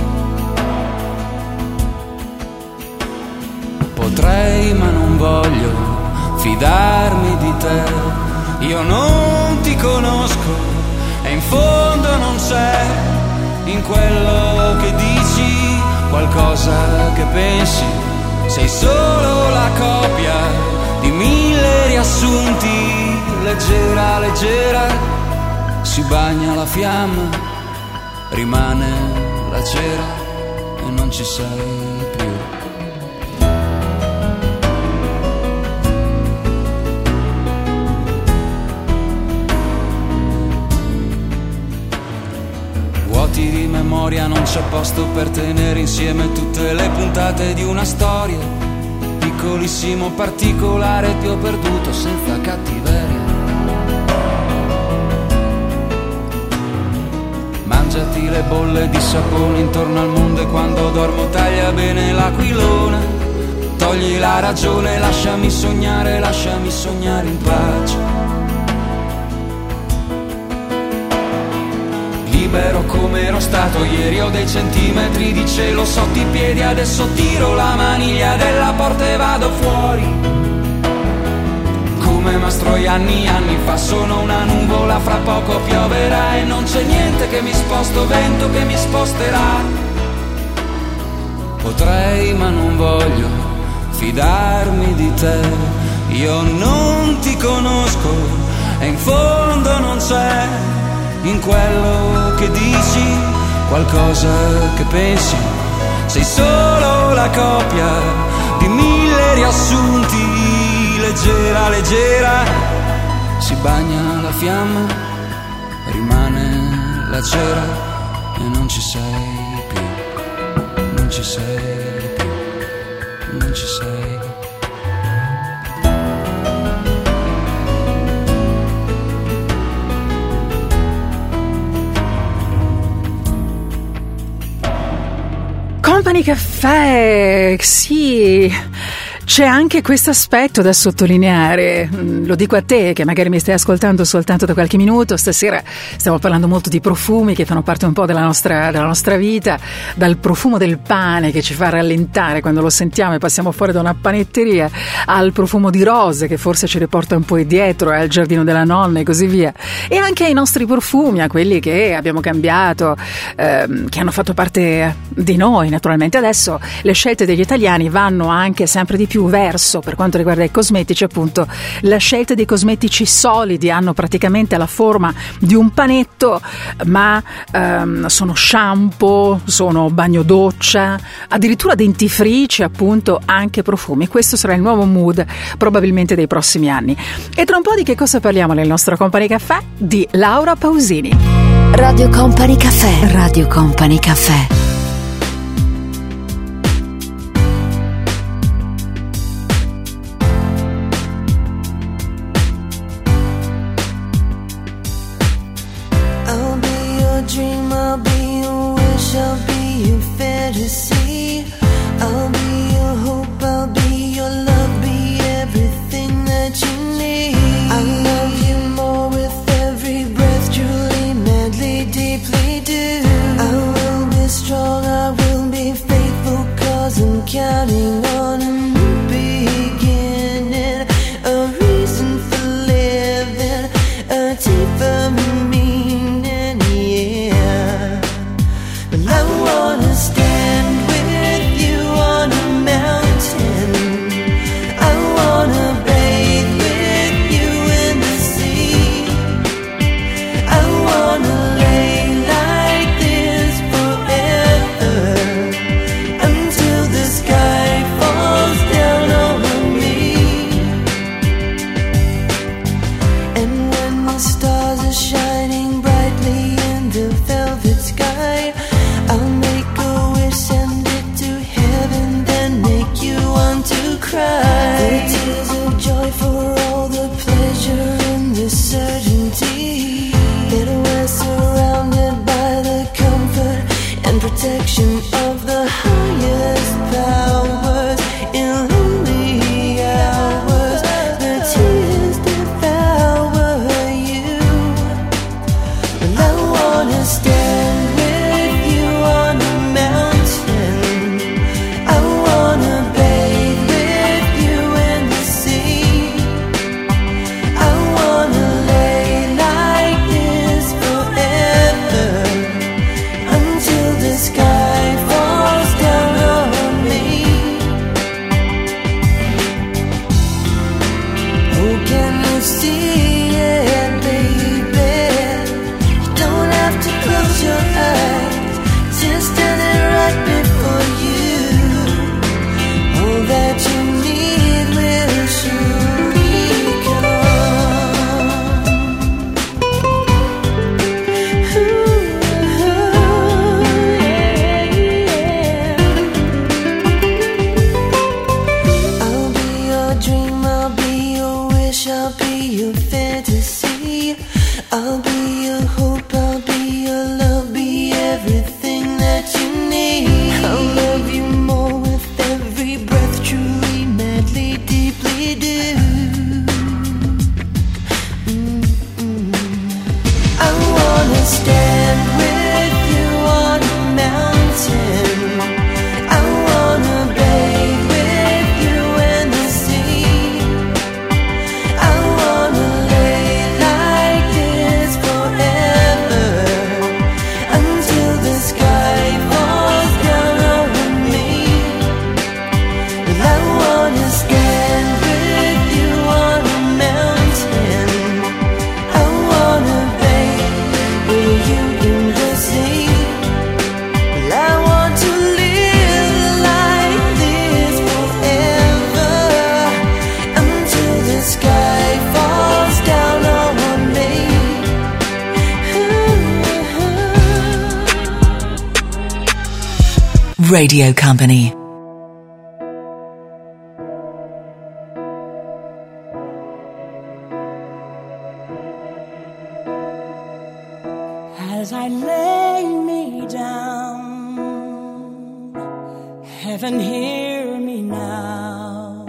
Potrei ma non voglio fidarmi di te. Io non ti conosco e in fondo non c'è in quello che dici qualcosa che pensi. Sei solo la copia di 1000 riassunti. Leggera, leggera, si bagna la fiamma, rimane la cera e non ci sei più. Di memoria non c'è posto per tenere insieme tutte le puntate di una storia. Piccolissimo particolare ti ho perduto senza cattiveria. Mangiati le bolle di sapone intorno al mondo e quando dormo taglia bene l'aquilone. Togli la ragione, lasciami sognare in pace. Libero come ero stato ieri, ho dei centimetri di cielo sotto i piedi. Adesso tiro la maniglia della porta e vado fuori. come Mastro anni fa. Sono una nuvola, fra poco pioverà e non c'è niente che mi sposto, vento che mi sposterà. Potrei ma non voglio fidarmi di te, io non ti conosco e in fondo non c'è in quello che dici qualcosa che pensi. Sei solo la copia di 1000 riassunti, leggera, leggera. Si bagna la fiamma, rimane la cera e non ci sei più, non ci sei più, non ci sei. Company Café, sì. C'è anche questo aspetto da sottolineare, lo dico a te che magari mi stai ascoltando soltanto da qualche minuto. Stasera stiamo parlando molto di profumi che fanno parte un po' della nostra vita, dal profumo del pane che ci fa rallentare quando lo sentiamo e passiamo fuori da una panetteria, al profumo di rose che forse ci riporta un po' indietro al giardino della nonna e così via, e anche ai nostri profumi, a quelli che abbiamo cambiato, che hanno fatto parte di noi. Naturalmente adesso le scelte degli italiani vanno anche sempre di più verso, per quanto riguarda i cosmetici, appunto la scelta dei cosmetici solidi, hanno praticamente la forma di un panetto, ma sono shampoo, sono bagno doccia, addirittura dentifrici, appunto anche profumi. Questo sarà il nuovo mood probabilmente dei prossimi anni. E tra un po' di che cosa parliamo nel nostro Company Café? Di Laura Pausini. Radio Company Café. Radio Company Café. Counting on a new beginning, a reason for living, a deeper meaning, yeah. Well, I wanna stand with you on a mountain, I wanna bathe with you in the sea, I wanna lay like this forever, until the sky falls down over me. And when the stars are shining brightly in the velvet sky, I'll make a wish, send it to heaven, then make you want to cry. The tears of joy for all the pleasure and the certainty that we're surrounded by the comfort and protection of the highest powers. In lonely hours, the tears devour you. And I wanna stand with you on a mountain, I wanna bathe with you in the sea, I wanna lay like this forever, until the sky Radio Company. As I lay me down, heaven hear me now.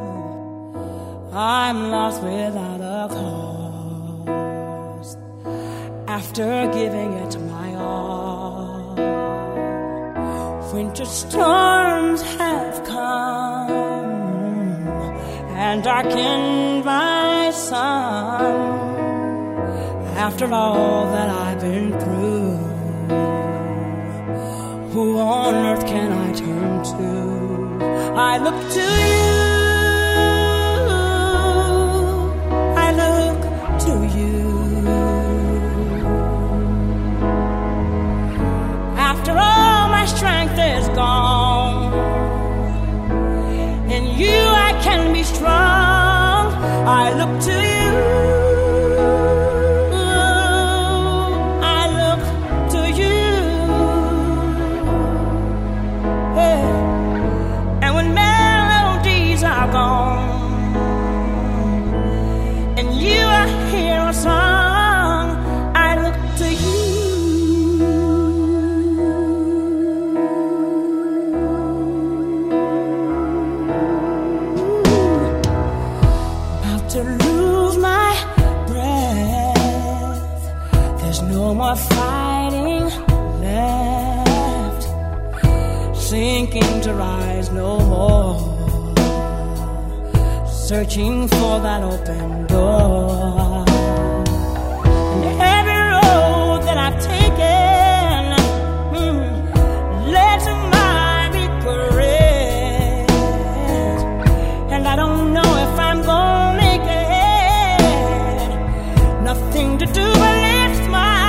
I'm lost without a cause. After giving it my all, winter storms have come and darkened my sun. After all that I've been through, who on earth can I turn to? I look to you, I look to you. After all my strength is gone, in you I can be strong. I look to you. Fighting left, sinking to rise no more, searching for that open door. And every road that I've taken led to my regret, and I don't know if I'm gonna make it. Nothing to do but lift my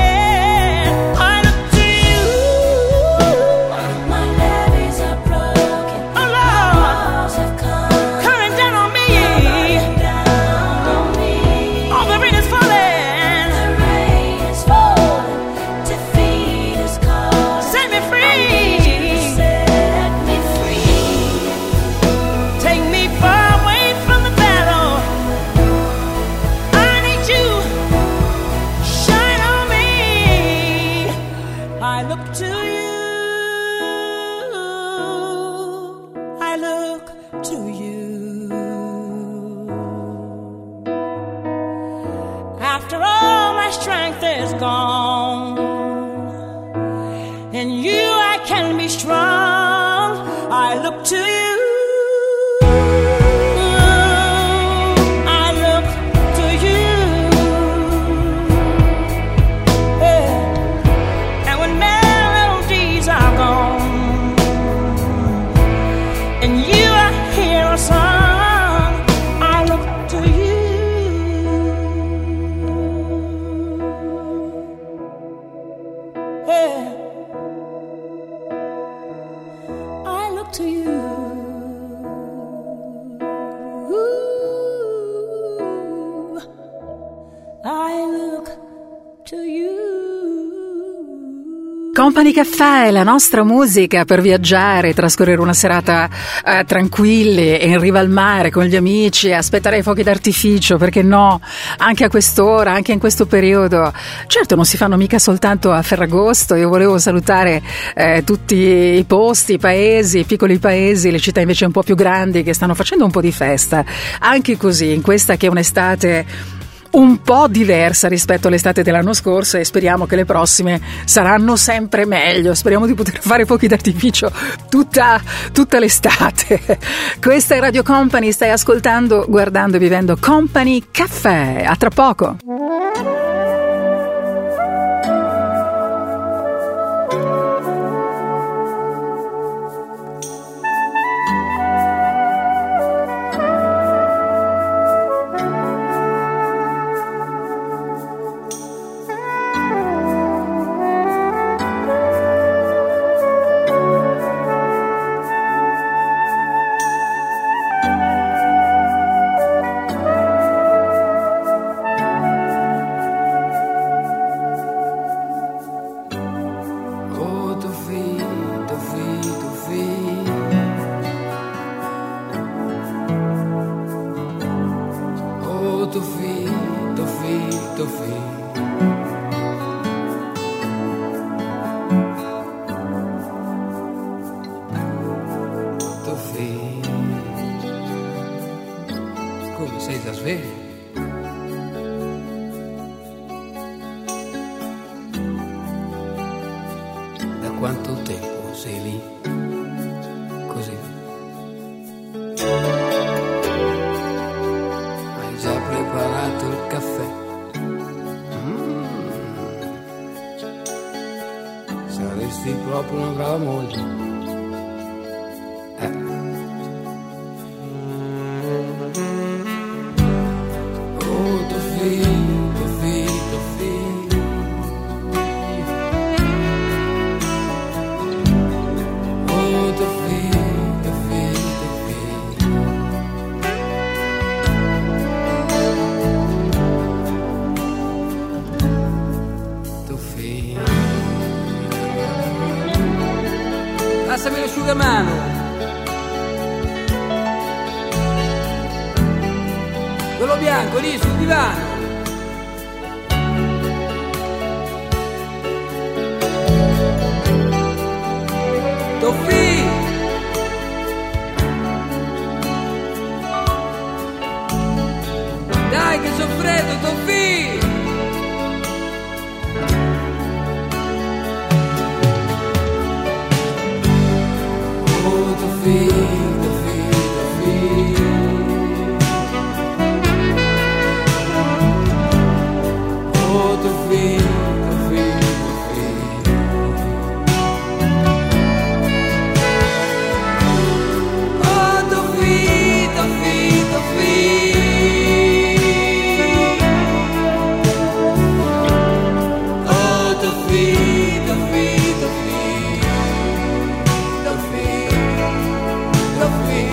Company Caffè, la nostra musica per viaggiare, trascorrere una serata tranquilli e in riva al mare con gli amici, aspettare i fuochi d'artificio, perché no, anche a quest'ora, anche in questo periodo. Certo non si fanno mica soltanto a Ferragosto. Io volevo salutare tutti i posti, i paesi, i piccoli paesi, le città invece un po' più grandi che stanno facendo un po' di festa, anche così, in questa che è un'estate un po' diversa rispetto all'estate dell'anno scorso, e speriamo che le prossime saranno sempre meglio. Speriamo di poter fare fuochi d'artificio tutta l'estate. Questa è Radio Company, stai ascoltando, guardando e vivendo Company Caffè. A tra poco. sei già sveglio? Da quanto tempo sei lì? Così. Hai già preparato il caffè? Saresti proprio una brava moglie. Passami l'asciugamano. Quello bianco lì sul divano. Toffi! Dai che sono freddo, Toffi! Oh, Toffi, Toffi, Toffi. Oh, Toffi, Toffi, Toffi. Oh, Toffi, Toffi, Toffi. Oh, Toffi, Toffi, Toffi. Toffi, Toffi.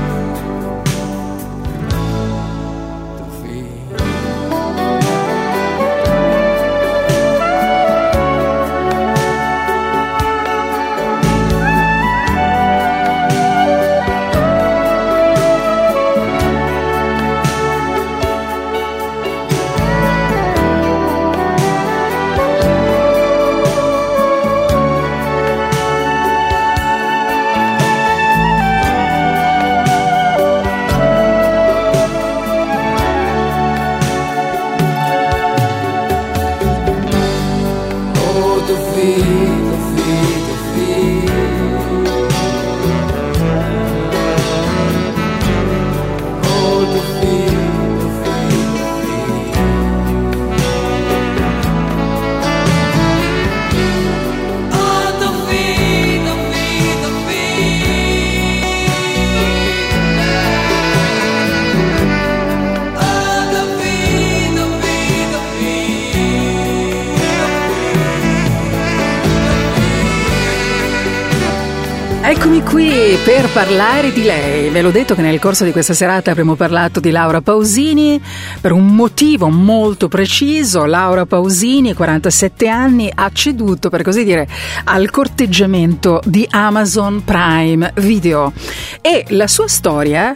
Eccomi qui per parlare di lei. Ve l'ho detto che nel corso di questa serata avremo parlato di Laura Pausini per un motivo molto preciso. Laura Pausini, 47 anni, ha ceduto, per così dire, al corteggiamento di Amazon Prime Video. E la sua storia,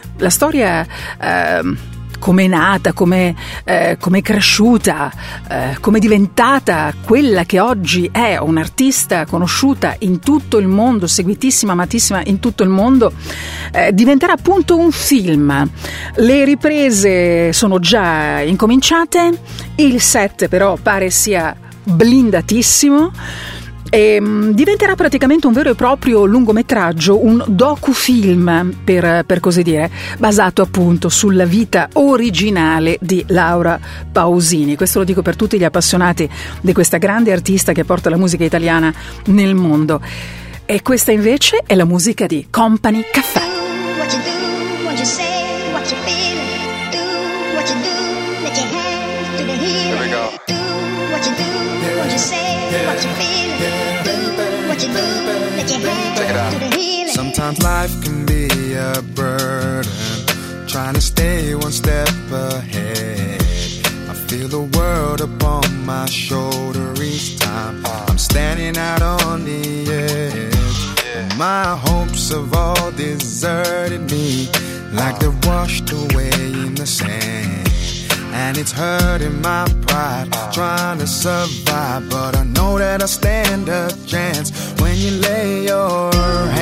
come è nata, come è cresciuta, come è diventata quella che oggi è un'artista conosciuta in tutto il mondo, seguitissima, amatissima in tutto il mondo, diventerà appunto un film. Le riprese sono già incominciate, il set però pare sia blindatissimo. E diventerà praticamente un vero e proprio lungometraggio, un docufilm per così dire, basato appunto sulla vita originale di Laura Pausini. Questo lo dico per tutti gli appassionati di questa grande artista che porta la musica italiana nel mondo. E questa invece è la musica di Company Cafè. What you do, what you say, what you feel, do what you do, let your hands do the healing. Here we go. Do what you do, what you say, what you feel. Sometimes life can be a burden, trying to stay one step ahead. I feel the world upon my shoulder each time I'm standing out on the edge. My hopes have all deserted me, like they're washed away in the sand. And it's hurting my pride, trying to survive. But I know that I stand a chance when you lay your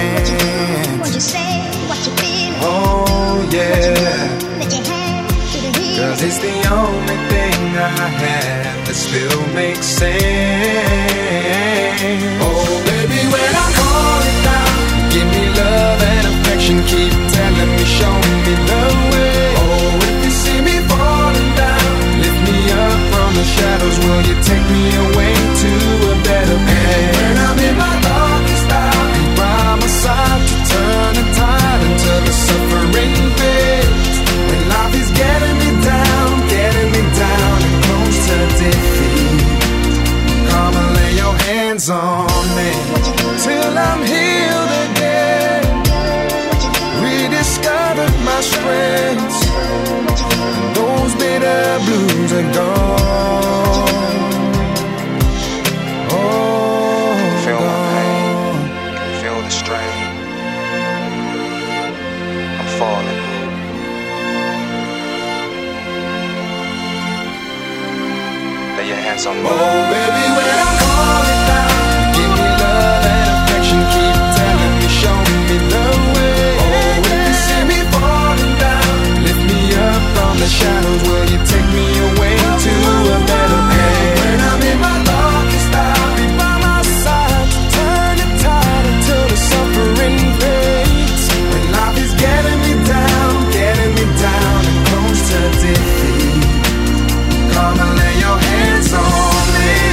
hands. What you say, what you feel. Oh yeah. Let your hands to the is the only thing I have that still makes sense. Oh baby, when I call it down, give me love and affection, keep telling me, showing me the way. Oh, if you see me falling down, lift me up from the shadows, will you take me away to a better place? When I'm in my darkest hour, be by my side to turn the tide until the suffering fades. When life is getting me down and close to defeat, come and lay your hands on me till I'm healed again, rediscovered my strengths, and those bitter blues are gone. Oh, feel my pain, feel the strain. I'm falling. Lay your hands on me. Oh baby, when I call it down, give me love and affection, keep telling me, showing me the way. Oh, if you see me falling down, lift me up from the shadows, will you take me away to a better place? When I'm in my darkest hour, be by my side to turn the tide until the suffering fades. When life is getting me down and close to defeat, come and lay your hands on me.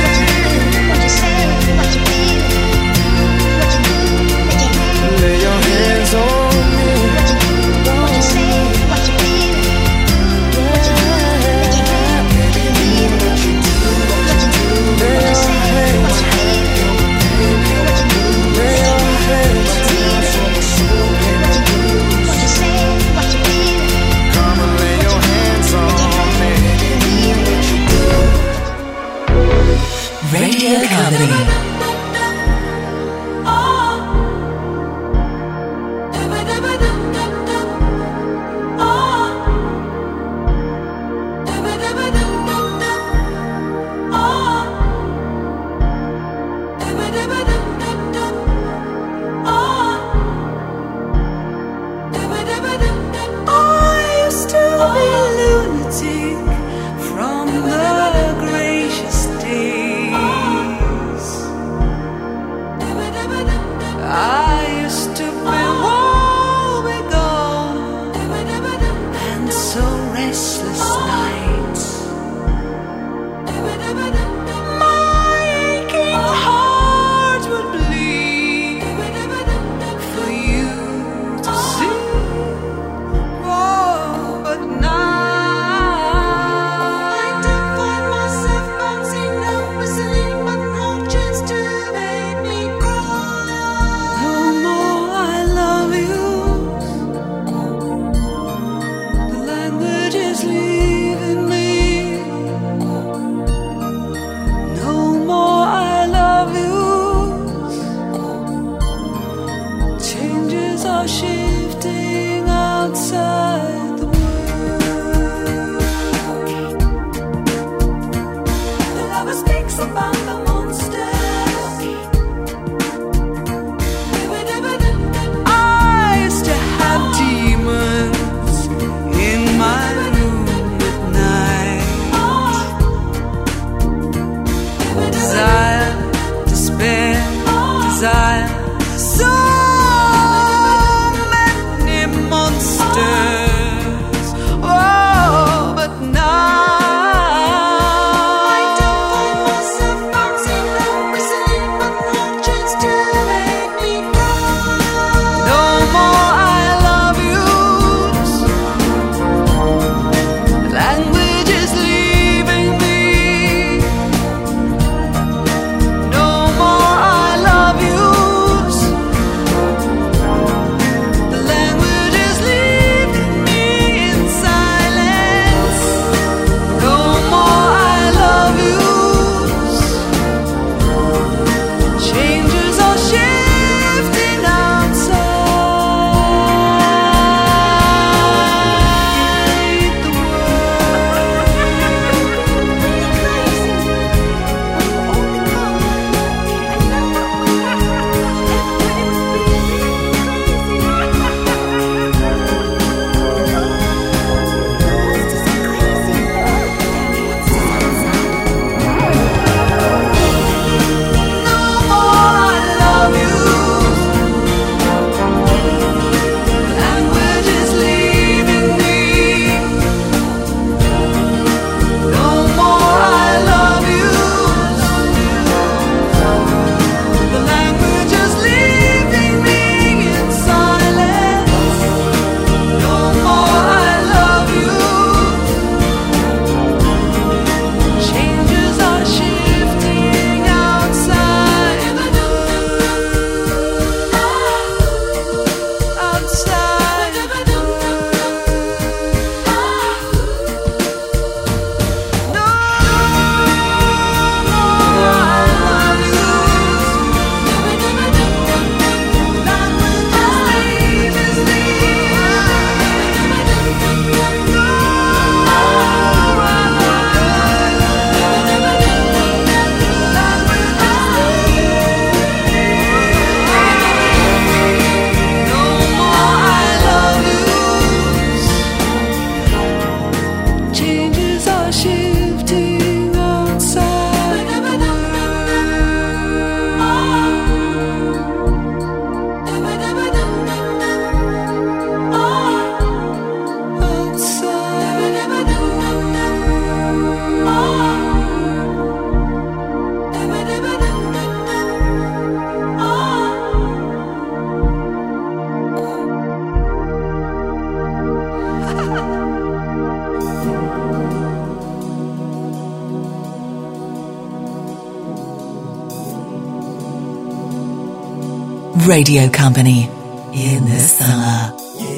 Radio Company in the summer.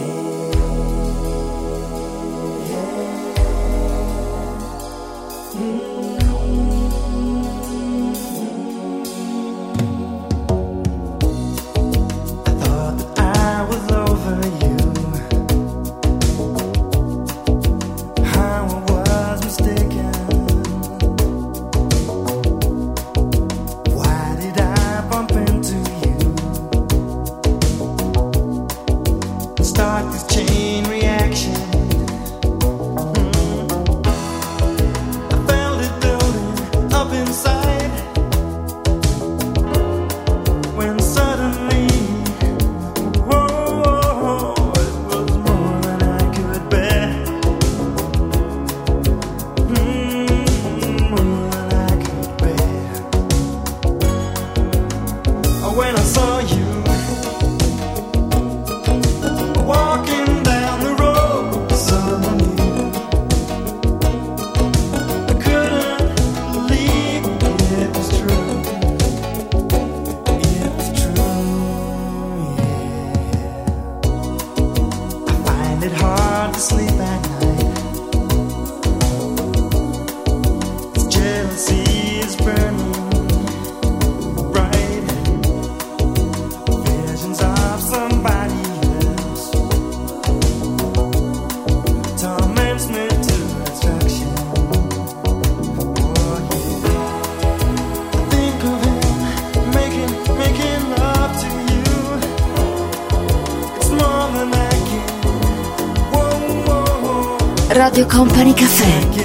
Radio Company Cafè.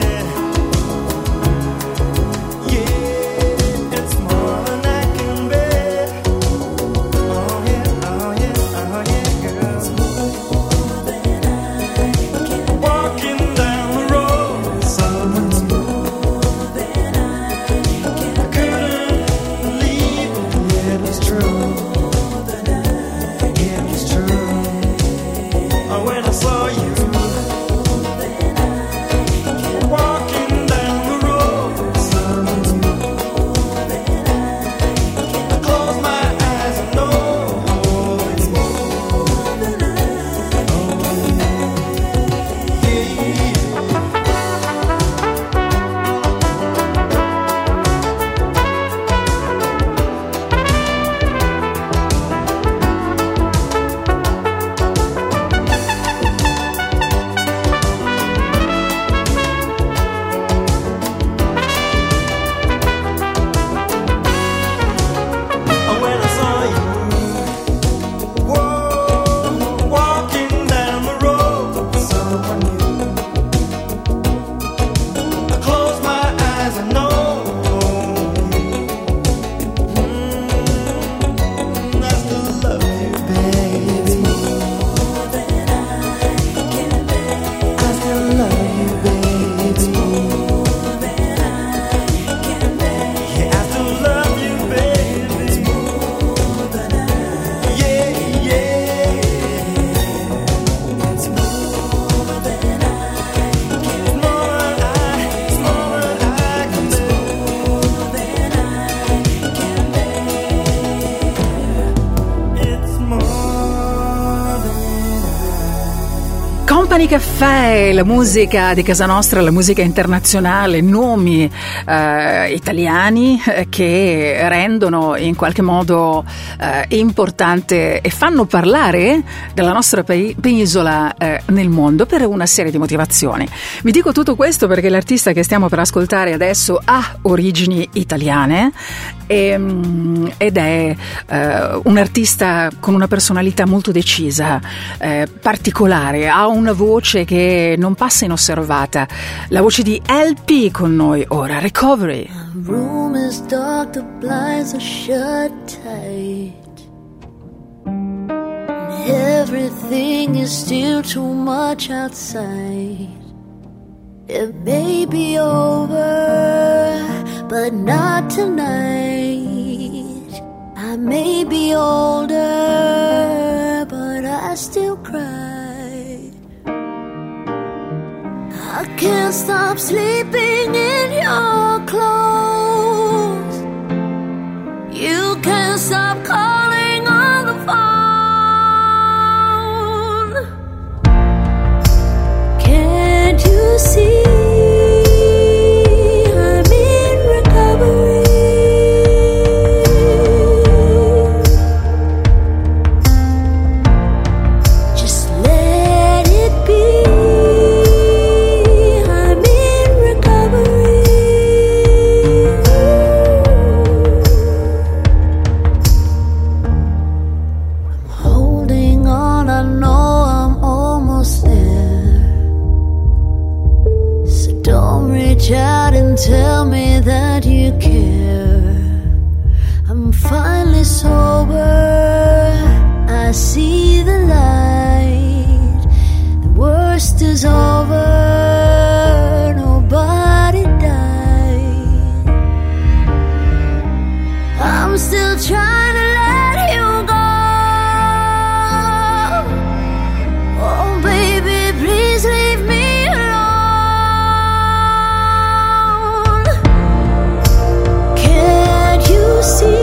Company Cafè, la musica di casa nostra, la musica internazionale, nomi italiani che rendono in qualche modo importante e fanno parlare della nostra penisola nel mondo per una serie di motivazioni. Vi dico tutto questo perché l'artista che stiamo per ascoltare adesso ha origini italiane ed è un artista con una personalità molto decisa, particolare, ha una voce che non passa inosservata. La voce di LP con noi ora, Recovery. The room is dark, the blinds are shut tight. Everything is still too much outside. It may be over, but not tonight. I may be older, but I still cry. I can't stop sleeping in your clothes. You can't stop calling on out and tell me that you care. I'm finally sober, I see the light. The worst is over, nobody died. I'm still trying to let you go. Oh baby, please leave me alone. Can't you see?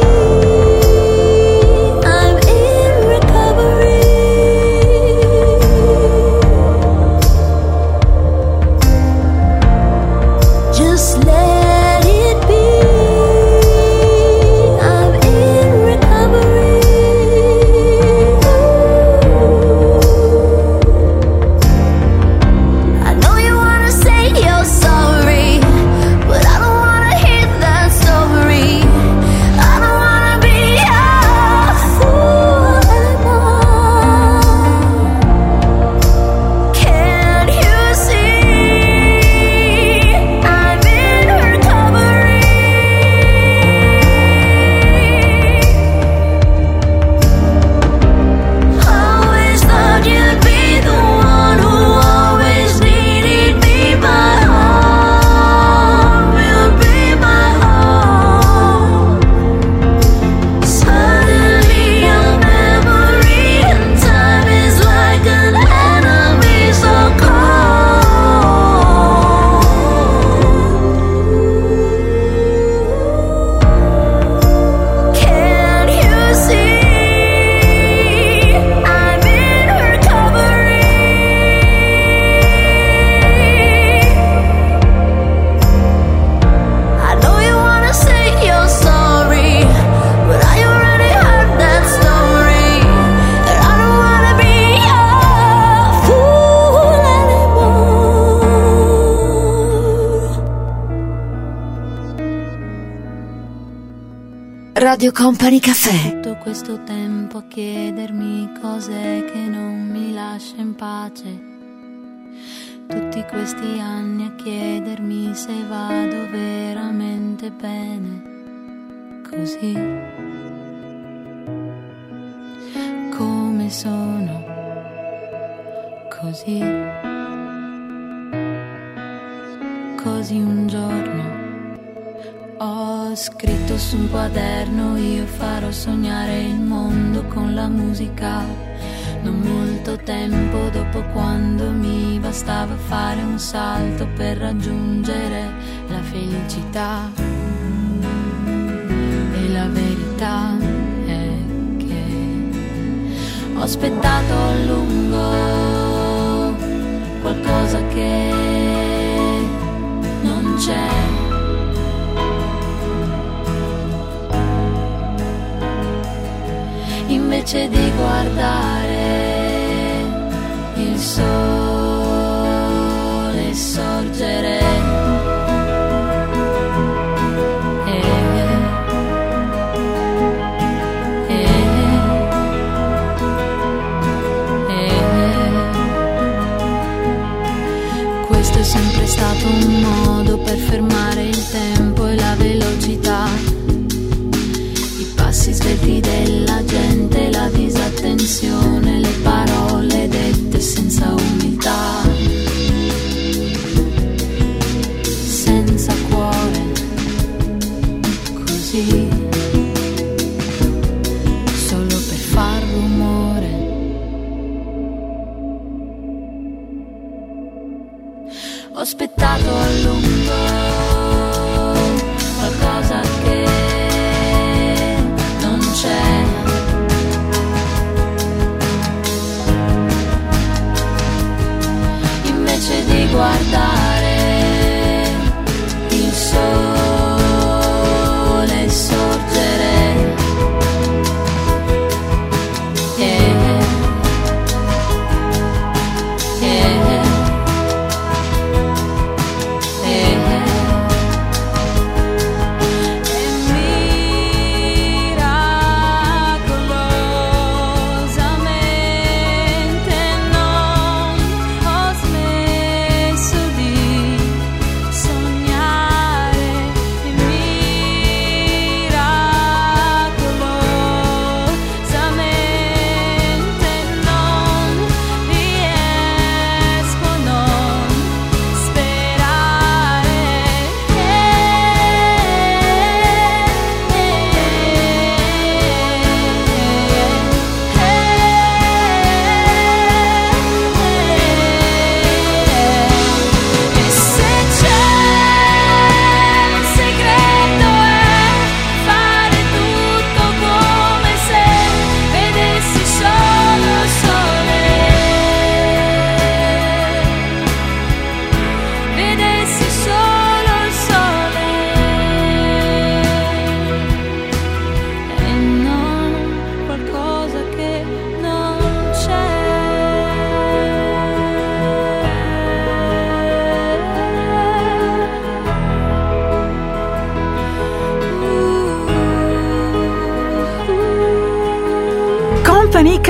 Radio Company Café. Tutto questo tempo a chiedermi cos'è che non mi lascia in pace. Tutti questi anni a chiedermi se vado veramente bene. Così come sono, così un giorno ho scritto su un quaderno: io farò sognare il mondo con la musica. Non molto tempo dopo, quando mi bastava fare un salto per raggiungere la felicità. E la verità è che ho aspettato a lungo qualcosa che non c'è. Invece di guardare il sole sorgere, questo è sempre stato un modo per fermare il tempo e la velocità. Passi svelti della gente, la disattenzione, le parole dette senza umiltà, senza cuore, così, solo per far rumore. Ho aspettato a lungo qualcosa che c'è. Invece di guardare il sole sorgere, miracolosamente non ho smesso di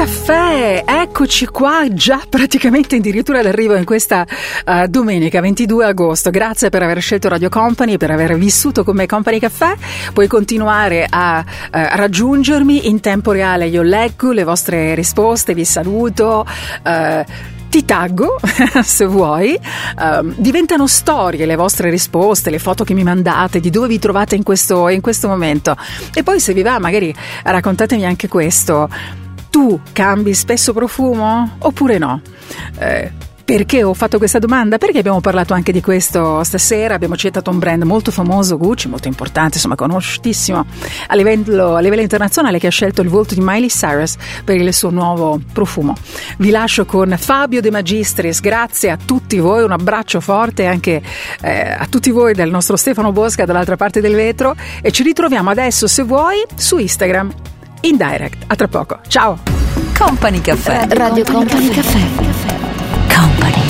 Caffè, eccoci qua, già praticamente addirittura d'arrivo in questa domenica 22 agosto. Grazie per aver scelto Radio Company, per aver vissuto con me Company Caffè. Puoi continuare a raggiungermi in tempo reale, io leggo le vostre risposte, vi saluto, ti taggo se vuoi, diventano storie le vostre risposte, le foto che mi mandate, di dove vi trovate in questo momento. E poi se vi va magari raccontatemi anche questo: tu cambi spesso profumo oppure no? Perché ho fatto questa domanda? Perché abbiamo parlato anche di questo stasera, abbiamo citato un brand molto famoso, Gucci, molto importante, insomma conosciutissimo a livello internazionale, che ha scelto il volto di Miley Cyrus per il suo nuovo profumo. Vi lascio con Fabio De Magistris, grazie a tutti voi, un abbraccio forte anche a tutti voi del nostro Stefano Bosca dall'altra parte del vetro, e ci ritroviamo adesso, se vuoi, su Instagram in direct. A tra poco, ciao. Company Caffè, Radio Company Caffè. Company.